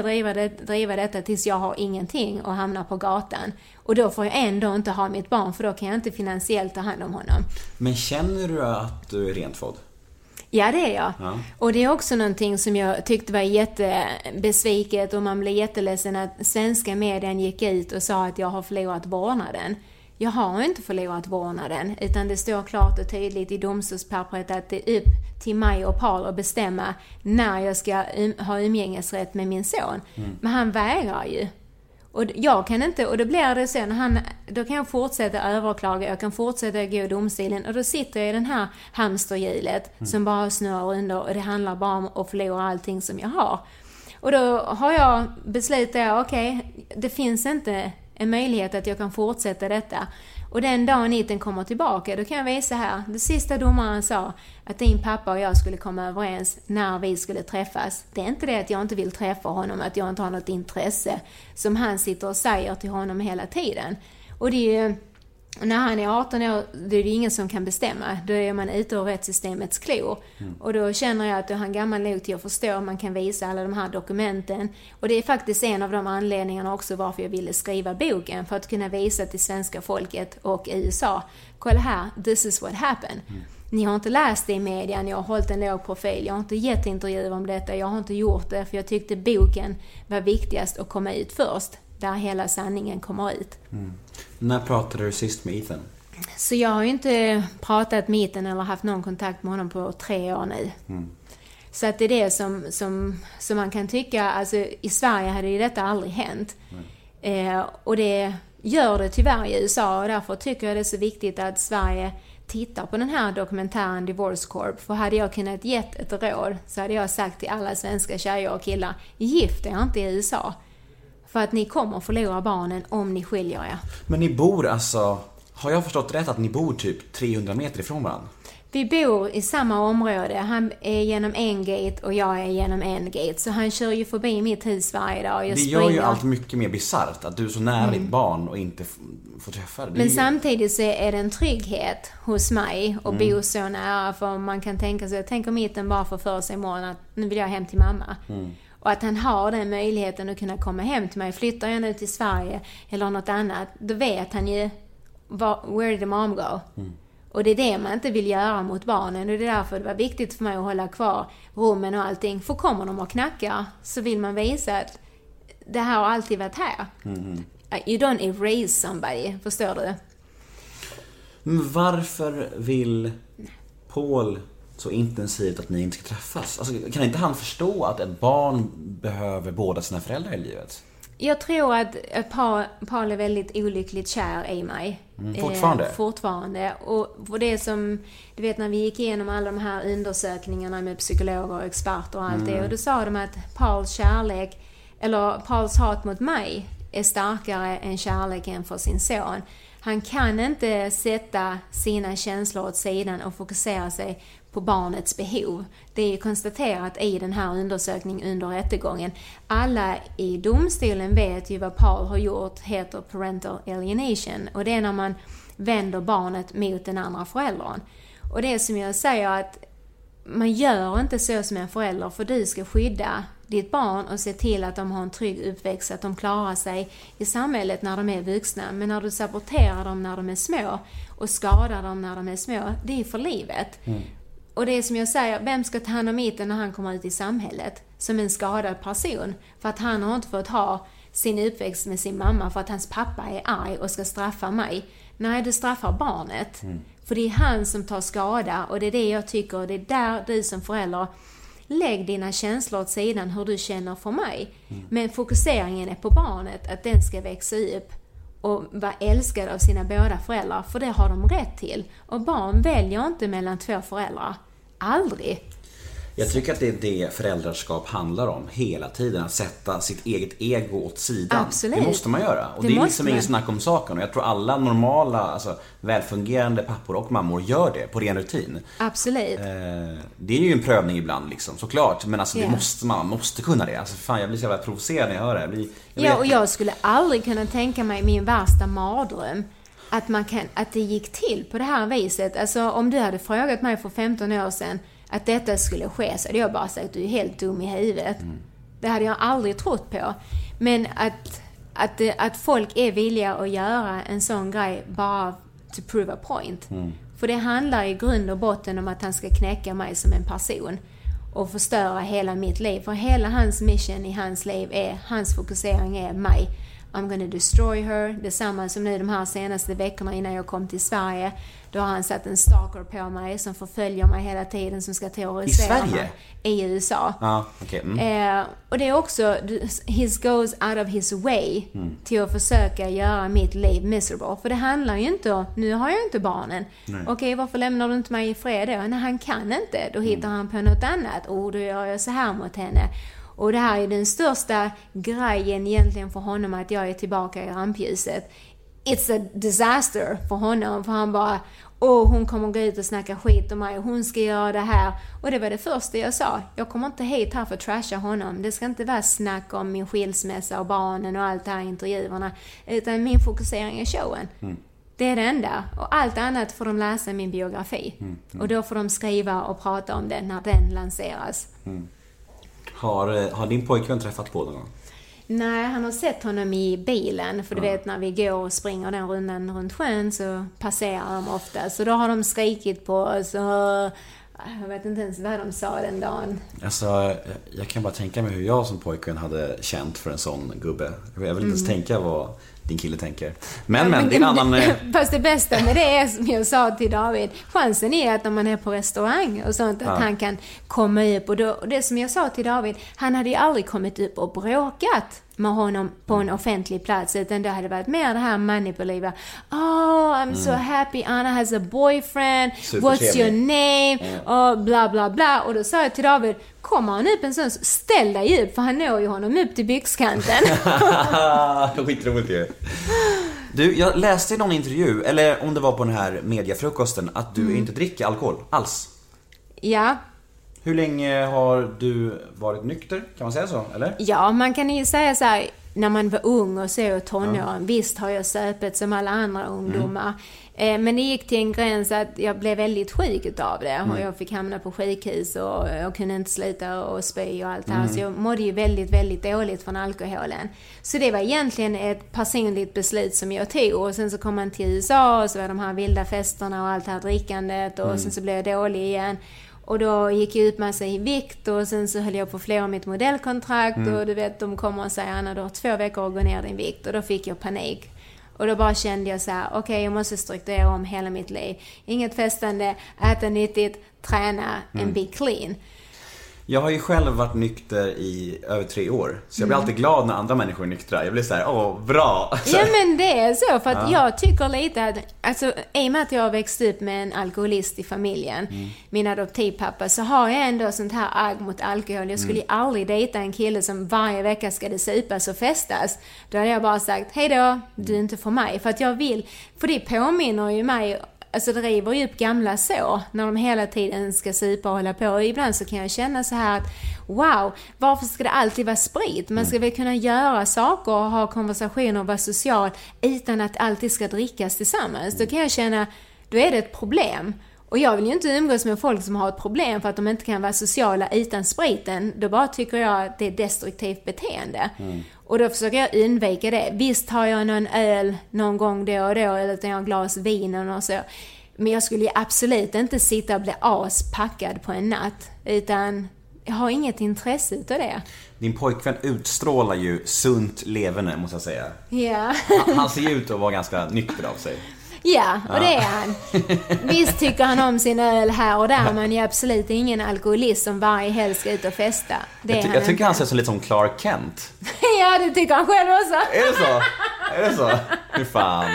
driva detta tills jag har ingenting och hamnar på gatan. Och då får jag ändå inte ha mitt barn för då kan jag inte finansiellt ta hand om honom. Men känner du att du är rentvådd? Ja, det är jag. Ja. Och det är också någonting som jag tyckte var jättebesviket och man blev jätteledsen att svenska medien gick ut och sa att jag har förlorat vårdnaden. Jag har inte förlorat vårdnaden utan det står klart och tydligt i domstolspappret att det är upp till mig och Paul att bestämma när jag ska ha umgängesrätt med min son. Men han vägrar ju. Och jag kan inte, och då blir det så när han då kan jag fortsätta överklaga, jag kan fortsätta gå i domstolen och då sitter jag i den här hamsterhjulet som bara snurrar under och det handlar bara om att förlora allting som jag har. Och då har jag beslutat, okej, det finns inte en möjlighet att jag kan fortsätta detta. Och den dagen Ethan kommer tillbaka, då kan jag visa här. Det sista domaren sa att din pappa och jag skulle komma överens när vi skulle träffas. Det är inte det att jag inte vill träffa honom, att jag inte har något intresse som han sitter och säger till honom hela tiden. Och det är ju, när han är 18 år, det är det ingen som kan bestämma. Då är man ute ur rättssystemets klor. Och då känner jag att han gammal nog till att förstå, man kan visa alla de här dokumenten. Och det är faktiskt en av de anledningarna också varför jag ville skriva boken. För att kunna visa till svenska folket och USA. Kolla här, this is what happened. Ni har inte läst det i media, ni har hållit en låg profil. Jag har inte gett intervjuer om detta, jag har inte gjort det. För jag tyckte boken var viktigast att komma ut först. Där hela sanningen kommer ut. När pratade du sist med Ethan? Så jag har ju inte pratat med Ethan eller haft någon kontakt med honom på 3 år nu. Så att det är det som man kan tycka, alltså i Sverige hade ju detta aldrig hänt. Och det gör det tyvärr i USA och därför tycker jag det är så viktigt att Sverige tittar på den här dokumentären Divorce Corp. För hade jag kunnat gett ett råd så hade jag sagt till alla svenska tjejer och killar, gift er inte i USA. För att ni kommer förlora barnen om ni skiljer er. Men ni bor alltså, har jag förstått rätt att ni bor typ 300 meter ifrån varandra? Vi bor i samma område. Han är genom en gate och jag är genom en gate. Så han kör ju förbi mitt hus varje dag. Det gör ju allt mycket mer bizarrt att du är så nära ditt barn och inte får träffa det. Men samtidigt så är det en trygghet hos mig att bo så nära. För man kan tänka sig, tänk om Ethan bara får för sig imorgon att nu vill jag hem till mamma. Och att han har den möjligheten att kunna komma hem till mig. Flyttar jag nu till Sverige eller något annat, då vet han ju where did the mom go? Och det är det man inte vill göra mot barnen. Och det är därför det var viktigt för mig att hålla kvar rummen och allting. För kommer de och knackar så vill man visa att det här har alltid varit här. You don't erase somebody, förstår du? Men varför vill Paul så intensivt att ni inte ska träffas? Alltså, kan inte han förstå att ett barn behöver båda sina föräldrar i livet? Jag tror att Paul är väldigt olyckligt kär i mig. Fortfarande. Och det som, du vet när vi gick igenom alla de här undersökningarna med psykologer och experter och allt det. Och då sa de att Pauls hat mot mig är starkare än kärleken för sin son. Han kan inte sätta sina känslor åt sidan och fokusera sig på barnets behov. Det är konstaterat i den här undersökningen under rättegången. Alla i domstolen vet ju vad Paul har gjort, heter parental alienation. Och det är när man vänder barnet mot den andra föräldern. Och det är som jag säger att man gör inte så som en förälder, för du ska skydda ditt barn och se till att de har en trygg uppväxt, att de klarar sig i samhället när de är vuxna. Men när du saboterar dem när de är små och skadar dem när de är små, det är för livet. Och det är som jag säger, vem ska ta hand om Ethan när han kommer ut i samhället som en skadad person? För att han har inte fått ha sin uppväxt med sin mamma för att hans pappa är arg och ska straffa mig. Nej, du straffar barnet. För det är han som tar skada och det är det jag tycker. Och det är där du som förälder, lägg dina känslor åt sidan hur du känner för mig. Men fokuseringen är på barnet, att den ska växa upp och vara älskad av sina båda föräldrar. För det har de rätt till. Och barn väljer inte mellan 2 föräldrar. Aldrig. Jag tycker att det är det föräldraskap handlar om hela tiden. Att sätta sitt eget ego åt sidan. Absolut. Det måste man göra. Och det är liksom ingen snack om saken. Och jag tror alla normala, alltså välfungerande pappor och mammor gör det på ren rutin. Absolut. Det är ju en prövning ibland liksom, såklart. Men alltså man måste kunna det. Alltså fan, jag blir så jävla provocerad när jag hör det. Och jag skulle aldrig kunna tänka mig min värsta mardröm att det gick till på det här viset. Alltså om du hade frågat mig för 15 år sedan att detta skulle ske, så hade jag bara sagt att du är helt dum i huvudet. Det hade jag aldrig trott på. Men att folk är villiga att göra en sån grej bara to prove a point. För det handlar i grund och botten om att han ska knäcka mig som en person och förstöra hela mitt liv. För hela hans mission i hans liv är, hans fokusering är mig. I'm gonna destroy her. Detsamma som nu de här senaste veckorna innan jag kom till Sverige. Då har han satt en stalker på mig som förföljer mig hela tiden, som ska terrorisera mig. I USA. Okay. Och det är också, he goes out of his way till att försöka göra mitt liv miserable. För det handlar ju inte om, nu har jag inte barnen. Okej, varför lämnar du inte mig i fred då? Nej, han kan inte. Då hittar han på något annat. Och då gör jag så här mot henne. Och det här är den största grejen egentligen för honom, att jag är tillbaka i rampljuset. It's a disaster för honom, för han bara, hon kommer gå ut och snacka skit om mig och hon ska göra det här. Och det var det första jag sa. Jag kommer inte hit här för att trasha honom. Det ska inte vara snack om min skilsmässa och barnen och allt det här intervjuerna. Utan min fokusering är showen. Det är det enda. Och allt annat får de läsa i min biografi. Och då får de skriva och prata om det när den lanseras. Har din pojkvän träffat på någon gång? Nej, han har sett honom i bilen. För du vet, när vi går och springer den rundan runt sjön så passerar de ofta. Så då har de skrikit på oss och jag vet inte ens vad de sa den dagen. Alltså, jag kan bara tänka mig hur jag som pojkvän hade känt för en sån gubbe. Jag vill inte ens tänka vad din kille tänker. Men det är en annan... Fast det bästa med det är, som jag sa till David, chansen är att om man är på restaurang och sånt, att han kan komma upp. Och det som jag sa till David, han hade ju aldrig kommit upp och bråkat med honom på en offentlig plats, utan det hade varit mer det här manipulativa. I'm so happy Anna has a boyfriend. What's your name? Och bla bla bla. Och då sa jag till David, kommer han upp en sån, ställ dig upp, för han når ju honom upp till byxkanten. Skitroligt ju. Du, jag läste i någon intervju, eller om det var på den här mediafrukosten, att du inte dricker alkohol alls. Ja. Hur länge har du varit nykter? Kan man säga så, eller? Ja, man kan ju säga så här, när man var ung och så tonåren, visst har jag söpet som alla andra ungdomar. Men det gick till en gräns att jag blev väldigt sjuk utav det. Och jag fick hamna på sjukhus och jag kunde inte sluta och spy och allt det här. Så jag mådde ju väldigt, väldigt dåligt från alkoholen. Så det var egentligen ett personligt beslut som jag tog. Och sen så kom man till USA och så var de här vilda festerna och allt det här drickandet. Och sen så blev jag dålig igen. Och då gick jag ut massa i vikt och sen så höll jag på att förlora mitt modellkontrakt. Och du vet, de kommer och säger, Anna, du har 2 veckor att gå ner din vikt. Och då fick jag panik. Och då bara kände jag så här, okej, jag måste strukturera om hela mitt liv. Inget festande, äta nyttigt, träna and be clean. Jag har ju själv varit nykter i över 3 år. Så jag blir alltid glad när andra människor är nyktra. Jag blir så här, bra. Ja, men det är så. För att jag tycker lite att, alltså, i och med att jag har växt upp med en alkoholist i familjen, min adoptivpappa, så har jag ändå sånt här agg mot alkohol. Jag skulle ju aldrig dejta en kille som varje vecka ska det supas och festas. Då hade jag bara sagt, hej då, du är inte för mig. För att jag vill, för det påminner ju mig, alltså det river ju upp gamla så när de hela tiden ska supa och hålla på. Och ibland så kan jag känna så här att wow, varför ska det alltid vara sprit? Man ska väl kunna göra saker och ha konversationer och vara social utan att alltid ska drickas tillsammans. Då kan jag känna, då är det ett problem. Och jag vill ju inte umgås med folk som har ett problem för att de inte kan vara sociala utan spriten. Då bara tycker jag att det är destruktivt beteende. Och då försöker jag undvika det. Visst har jag någon öl någon gång då och då, eller jag har glas vin och så. Men jag skulle ju absolut inte sitta och bli aspackad på en natt. Utan jag har inget intresse av det. Din pojkvän utstrålar ju sunt levande, måste jag säga. Ja. Han ser ju ut att vara ganska nykter av sig. Ja, och det är han. Visst tycker han om sin öl här och där, men jag är absolut ingen alkoholist som varje helg ska ut och festa. Jag tycker han ser så lite som Clark Kent. Ja, det tycker han själv också. Är det så? Hur fan?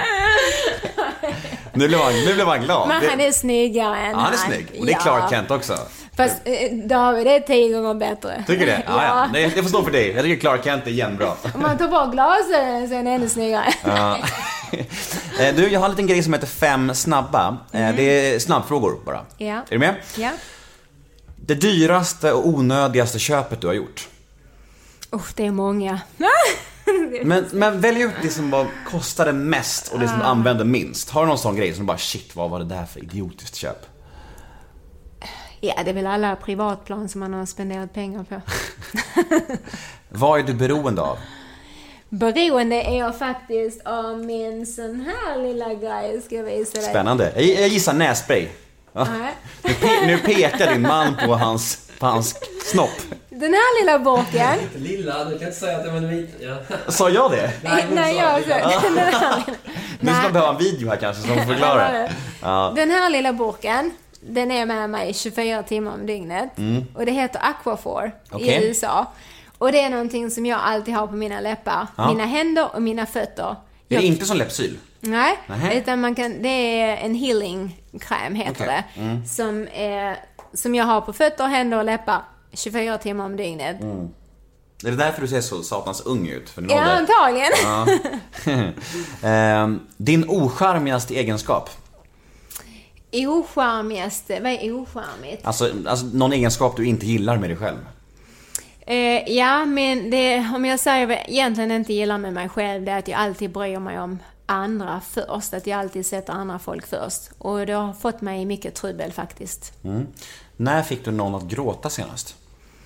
Nu blev han glad. Men han är snyggare än han är snygg. Och det är Clark Kent också. Fast David är 10 gånger bättre. Tycker det? Ja. Det får stå för dig. Jag tycker Clark Kent är jämnbra. Om man tar bort glasen så är den ännu snyggare. Ja. Du, jag har en liten grej som heter 5 snabba. Det är snabbfrågor bara. Ja. Är du med? Ja. Det dyraste och onödigaste köpet du har gjort? Det är många. Men välj ut det som bara kostade mest och det som du använde minst. Har du någon sån grej som bara, shit, vad var det där för idiotiskt köp? Ja, det är väl alla privatplan som man har spenderat pengar på. Vad är du beroende av? Beroende är jag faktiskt av min sån här lilla grej. Ska jag visa dig. Spännande. Jag gissar nässpray. Ja. Nu pekar din man på hans snopp. Den här lilla burken. Lilla, du kan inte säga att den är vit. Ja. Sa jag det? Nej, jag den här. Nu ska man behöva en video här kanske som förklarar. Ja. Den här lilla burken, den är med mig 24 timmar om dygnet. Och det heter Aquaphor i USA. Och det är någonting som jag alltid har på mina läppar. Mina händer och mina fötter. Är det inte som läppsyl? Nej, utan det är en healing-kräm heter det. Som jag har på fötter, händer och läppar 24 timmar om dygnet. Är det därför du ser så satans ung ut? För ja, antagligen. Din ocharmigaste egenskap? Ocharmigaste? Vad är ocharmigt? Alltså någon egenskap du inte gillar med dig själv? Ja, men om jag säger vad jag egentligen inte gillar med mig själv, det är att jag alltid bryr mig om andra först. Att jag alltid sätter andra folk först. Och det har fått mig mycket trubbel faktiskt. När fick du någon att gråta senast?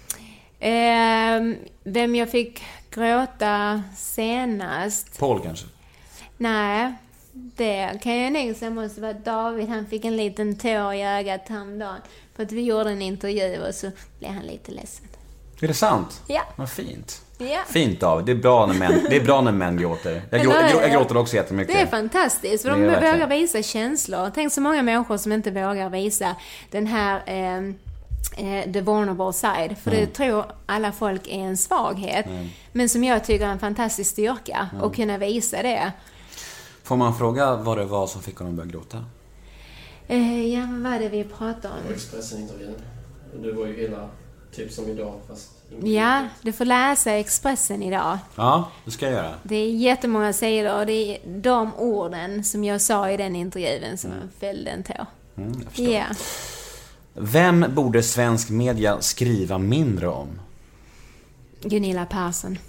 Vem jag fick gråta senast? Paul kanske? Nej, det kan jag nog säga måste vara David. Han fick en liten tår i ögat häromdagen. För att vi gjorde en intervju och så blev han lite ledsen. Är det sant? Ja. Vad fint. Ja. Fint David, det är bra när män gråter. Jag gråter också jättemycket. Det är fantastiskt, för de vågar visa känslor. Tänk så många människor som inte vågar visa den här the vulnerable side. För det tror alla folk är en svaghet. Men som jag tycker är en fantastisk styrka att kunna visa det. Får man fråga vad det var som fick honom att börja gråta? Ja, men vad är det vi pratar om? Expressen-intervjun. Det var ju hela typ som idag fast... Ja, du får läsa Expressen idag. Ja, det ska jag göra. Det är jättemånga sidor och det är de orden som jag sa i den intervjun som fällde en tår. Jag förstår. Ja. Vem borde svensk media skriva mindre om? Gunilla Persson.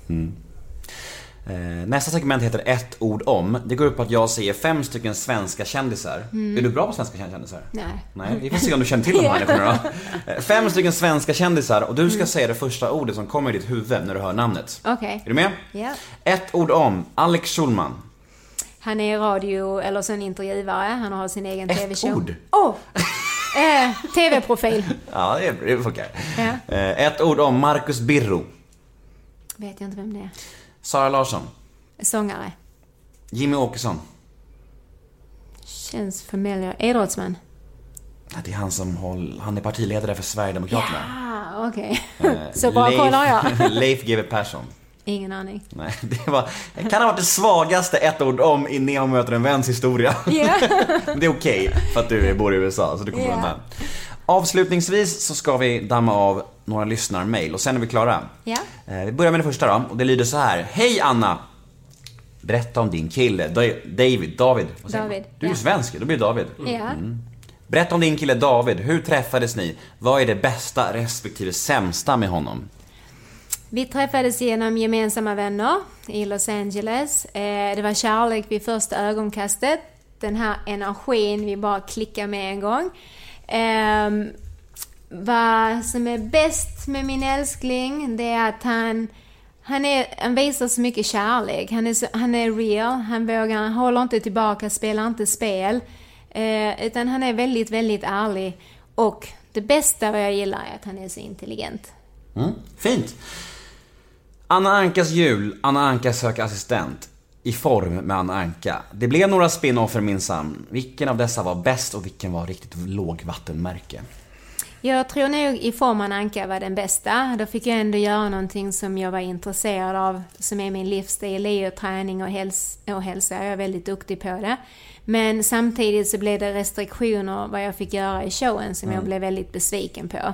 Nästa segment heter ett ord om. Det går upp på att jag säger 5 stycken svenska kändisar. Är du bra på svenska kändisar? Nej, vi får se om du känner till de här människorna då. 5 stycken svenska kändisar och du ska säga det första ordet som kommer i ditt huvud när du hör namnet. Okej. Är du med? Ja. Ett ord om Alex Schulman. Han är radio eller sån intervjuare. Han har sin egen tv-show. Ett ord? TV-profil. Ja, det funkar. Ja. Ett ord om Marcus Birro. Vet jag inte vem det är. Sara Larsson. Sångare. Jimmy Åkesson. Känns familiar. Idrottsman. Det är han är partiledare för Sverigedemokraterna. Ja, okej. Så bra kollar jag. Leif GW Persson. Ingen aning. Nej, det kan ha varit det svagaste ett ord om i Nemo möter en väns historia. Yeah. Men det är okej för att du bor i USA så du kommer undan. Avslutningsvis så ska vi damma av några lyssnarmail och sen är vi klara. Ja. Vi börjar med det första då och det lyder så här. Hej Anna! Berätta om din kille David. Du är svensk, då blir det David. Ja. Berätta om din kille David. Hur träffades ni? Vad är det bästa respektive sämsta med honom? Vi träffades genom gemensamma vänner i Los Angeles. Det var kärlek vid första ögonkastet. Den här energin vi bara klickar med en gång. Vad som är bäst med min älskling, det är att han visar så mycket kärlek. Han är real. Han håller inte tillbaka, spelar inte spel. Utan han är väldigt, väldigt ärlig. Och det bästa vad jag gillar är att han är så intelligent. Fint. Anna Ankas jul. Anna Anka söker assistent. I form med Anna Anka. Det blev några spin-offer minsann. Vilken av dessa var bäst och vilken var riktigt lågvattenmärke? Jag tror nog i form Anna Anka var den bästa. Då fick jag ändå göra någonting som jag var intresserad av. Som är min livsstil, är träning och hälsa. Jag är väldigt duktig på det. Men samtidigt så blev det restriktioner vad jag fick göra i showen som jag blev väldigt besviken på.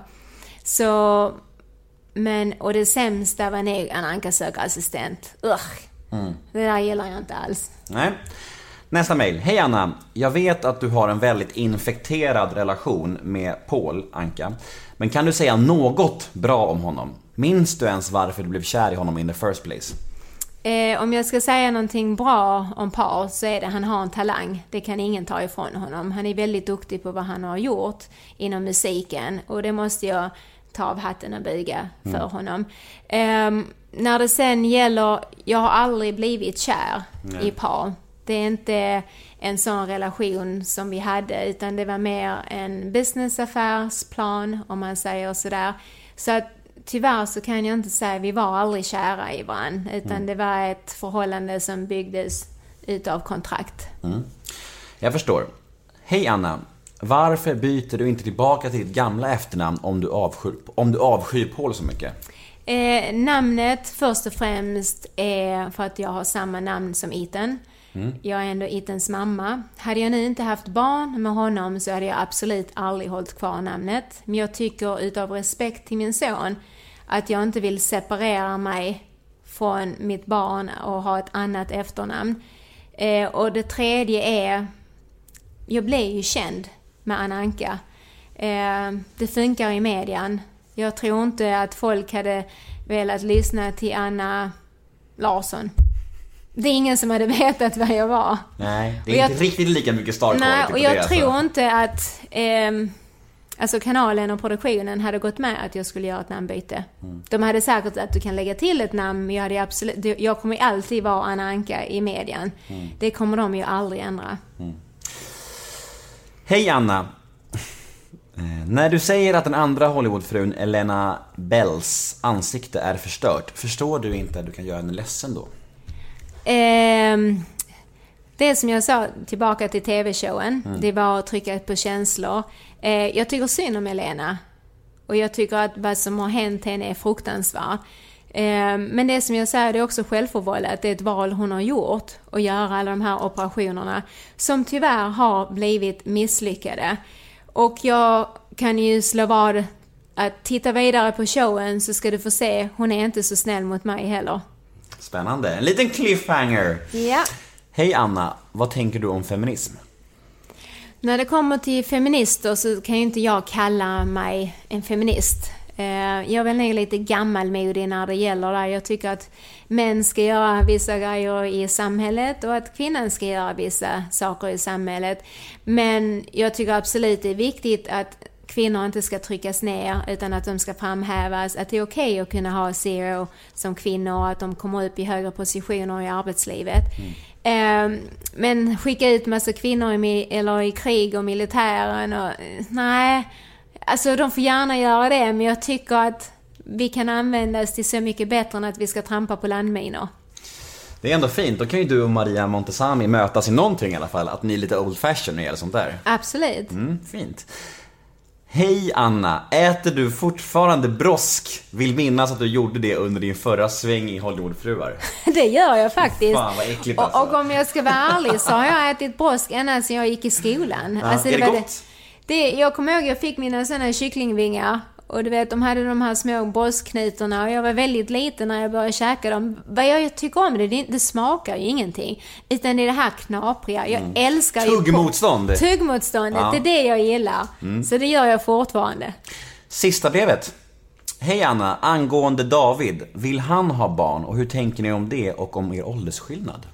Och det sämsta var nog Anna Anka söker assistent. Det där gillar jag inte alls. Nej. Nästa mejl. Hej Anna, jag vet att du har en väldigt infekterad relation med Paul Anka. Men kan du säga något bra om honom? Minns du ens varför du blev kär i honom in the first place? Om jag ska säga någonting bra om Paul så är det han har en talang. Det kan ingen ta ifrån honom. Han är väldigt duktig på vad han har gjort inom musiken. Och det måste jag ta av hatten och bygga för honom. När det sen gäller, jag har aldrig blivit kär i Paul. Det är inte en sån relation som vi hade, utan det var mer en businessaffärsplan, om man säger sådär. Så att tyvärr så kan jag inte säga vi var aldrig kära i varandra, utan det var ett förhållande som byggdes utav kontrakt. Jag förstår. Hej Anna, varför byter du inte tillbaka till ditt gamla efternamn om du avskyr Paul så mycket? Namnet först och främst är för att jag har samma namn som Ethan. Jag är ändå Ethans mamma. Hade jag nu inte haft barn med honom så hade jag absolut aldrig hållit kvar namnet. Men jag tycker utav respekt till min son att jag inte vill separera mig från mitt barn och ha ett annat efternamn. Och det tredje är, jag blev ju känd med Anna Anka. Det funkar i median. Jag tror inte att folk hade velat lyssna till Anna Larsson. Det är ingen som hade vetat vad jag var. Nej, det är inte riktigt lika mycket Star Quality. Nej, och jag tror inte att alltså kanalen och produktionen hade gått med att jag skulle göra ett namnbyte. De hade säkert att du kan lägga till ett namn, men jag kommer alltid vara Anna Anka i median. Det kommer de ju aldrig ändra. Hej Anna. När du säger att den andra Hollywoodfrun Elena Bells ansikte är förstört, förstår du inte att du kan göra henne ledsen då? Det som jag sa tillbaka till tv-showen, det var att trycka på känslor. Jag tycker synd om Elena. Och jag tycker att vad som har hänt henne är fruktansvärt. Men det som jag säger, det är också självförvållat. Det är ett val hon har gjort att göra alla de här operationerna som tyvärr har blivit misslyckade. Och jag kan ju slå vad att titta vidare på showen så ska du få se, hon är inte så snäll mot mig heller. Spännande, en liten cliffhanger. Ja. Hej Anna, vad tänker du om feminism? När det kommer till feminister så kan ju inte jag kalla mig en feminist. Jag är väl lite gammalmodig när det gäller det. Jag tycker att män ska göra vissa grejer i samhället och att kvinnan ska göra vissa saker i samhället. Men jag tycker absolut det är viktigt att kvinnor inte ska tryckas ner utan att de ska framhävas. Att det är okej att kunna ha zero som kvinnor och att de kommer upp i högre positioner i arbetslivet. Men skicka ut massa kvinnor i krig och militären och nej, alltså de får gärna göra det, men jag tycker att vi kan användas till så mycket bättre än att vi ska trampa på landminor. Det är ändå fint, då kan ju du och Maria Montesami mötas i någonting i alla fall, att ni är lite old fashion eller sånt där. Absolut. Fint. Hej Anna, äter du fortfarande brosk? Vill minnas att du gjorde det under din förra sväng i Hollywoodfruar. Det gör jag faktiskt. Fan vad äckligt alltså. Och om jag ska vara ärlig så har jag ätit brosk ända sedan jag gick i skolan. Ja, alltså, är det gott? Jag kommer ihåg jag fick mina sådana kycklingvingar. Och du vet, de hade de här små broskknutorna och jag var väldigt liten när jag började käka dem. Vad jag tycker om det smakar ju ingenting. Utan det är det här knapriga. Jag älskar tuggmotstånd. Tuggmotståndet, ja. Det är det jag gillar. Så det gör jag fortfarande. Sista brevet. Hej Anna, angående David. Vill han ha barn och hur tänker ni om det och om er åldersskillnad?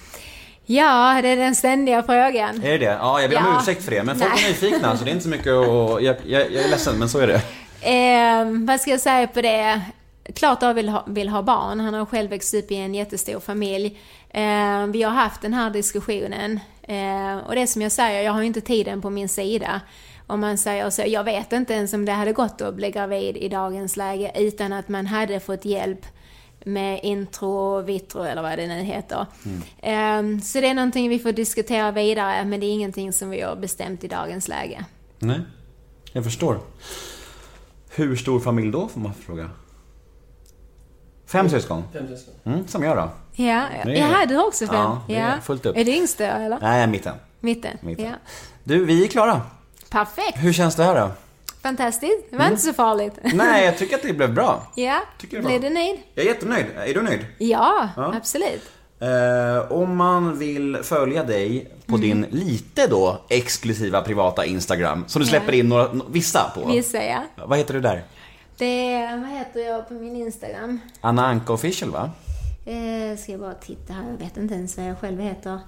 Ja, det är den ständiga frågan. Är det? Ja, jag vill ha ursäkt för det. Men folk är nyfikna så det är inte så mycket och jag är ledsen, men så är det. Vad ska jag säga på det? Klart David vill ha barn. Han har själv växt upp i en jättestor familj. Vi har haft den här diskussionen. Och det som jag säger, jag har inte tiden på min sida. Om man säger så, jag vet inte ens om det hade gått att bli gravid i dagens läge utan att man hade fått hjälp med intro, vitro eller vad det nu heter. Så det är någonting vi får diskutera vidare, men det är ingenting som vi har bestämt i dagens läge. Nej, jag förstår. Hur stor familj då, får man fråga? 5 syskon? 5 syskon. Som jag då. Ja, jag du också 5. Ja, det är fullt upp. Är du yngst då, eller? Nej, jag är mitten. Mitten. Ja. Du, vi är klara. Perfekt. Hur känns det här då? Fantastiskt. Det var inte så farligt. Nej, jag tycker att det blev bra. Ja, blev du nöjd? Jag är jättenöjd. Är du nöjd? Ja. Absolut. Om man vill följa dig på din lite då exklusiva privata Instagram som du släpper in vissa på. Vissa, ja. Vad heter du där? Vad heter jag på min Instagram? Anna Anka Official, va? Ska jag bara titta här. Jag vet inte ens vad jag själv heter.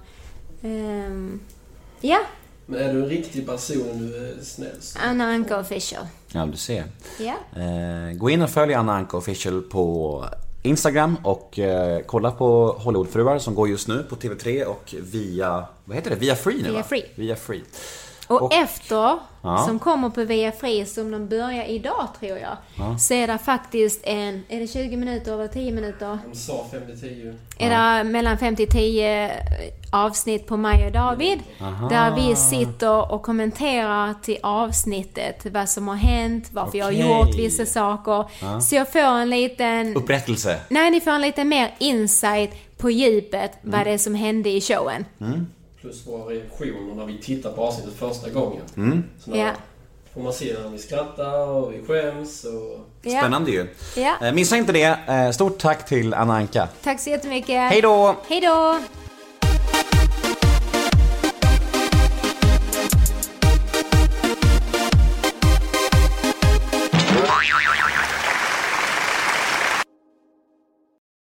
Ja. Men är du en riktig person och du är snäll? Anna Anka Official. Ja, du ser. Ja. Gå in och följ Anna Anka Official på Instagram och kolla på Hollywoodfruar som går just nu på TV3 och via, vad heter det? Via Free nu, va? Via Free. Via Free. Och efter, som kommer på Via Free, som de börjar idag tror jag, så är det faktiskt är det 20 minuter eller 10 minuter? De sa 5-10. Är det mellan 5-10 avsnitt på mig och David. Där vi sitter och kommenterar till avsnittet. Vad som har hänt, varför jag har gjort vissa saker. Så jag får en liten... Upprättelse. Nej, ni får en lite mer insight på djupet vad det är som hände i showen. Plus våra reaktioner när vi tittar på avsnittet första gången. Så får man se när vi skrattar och vi skäms. Och... Spännande ju. Ja. Missa inte det. Stort tack till Anna Anka. Tack så jättemycket. Hej då! Hej då!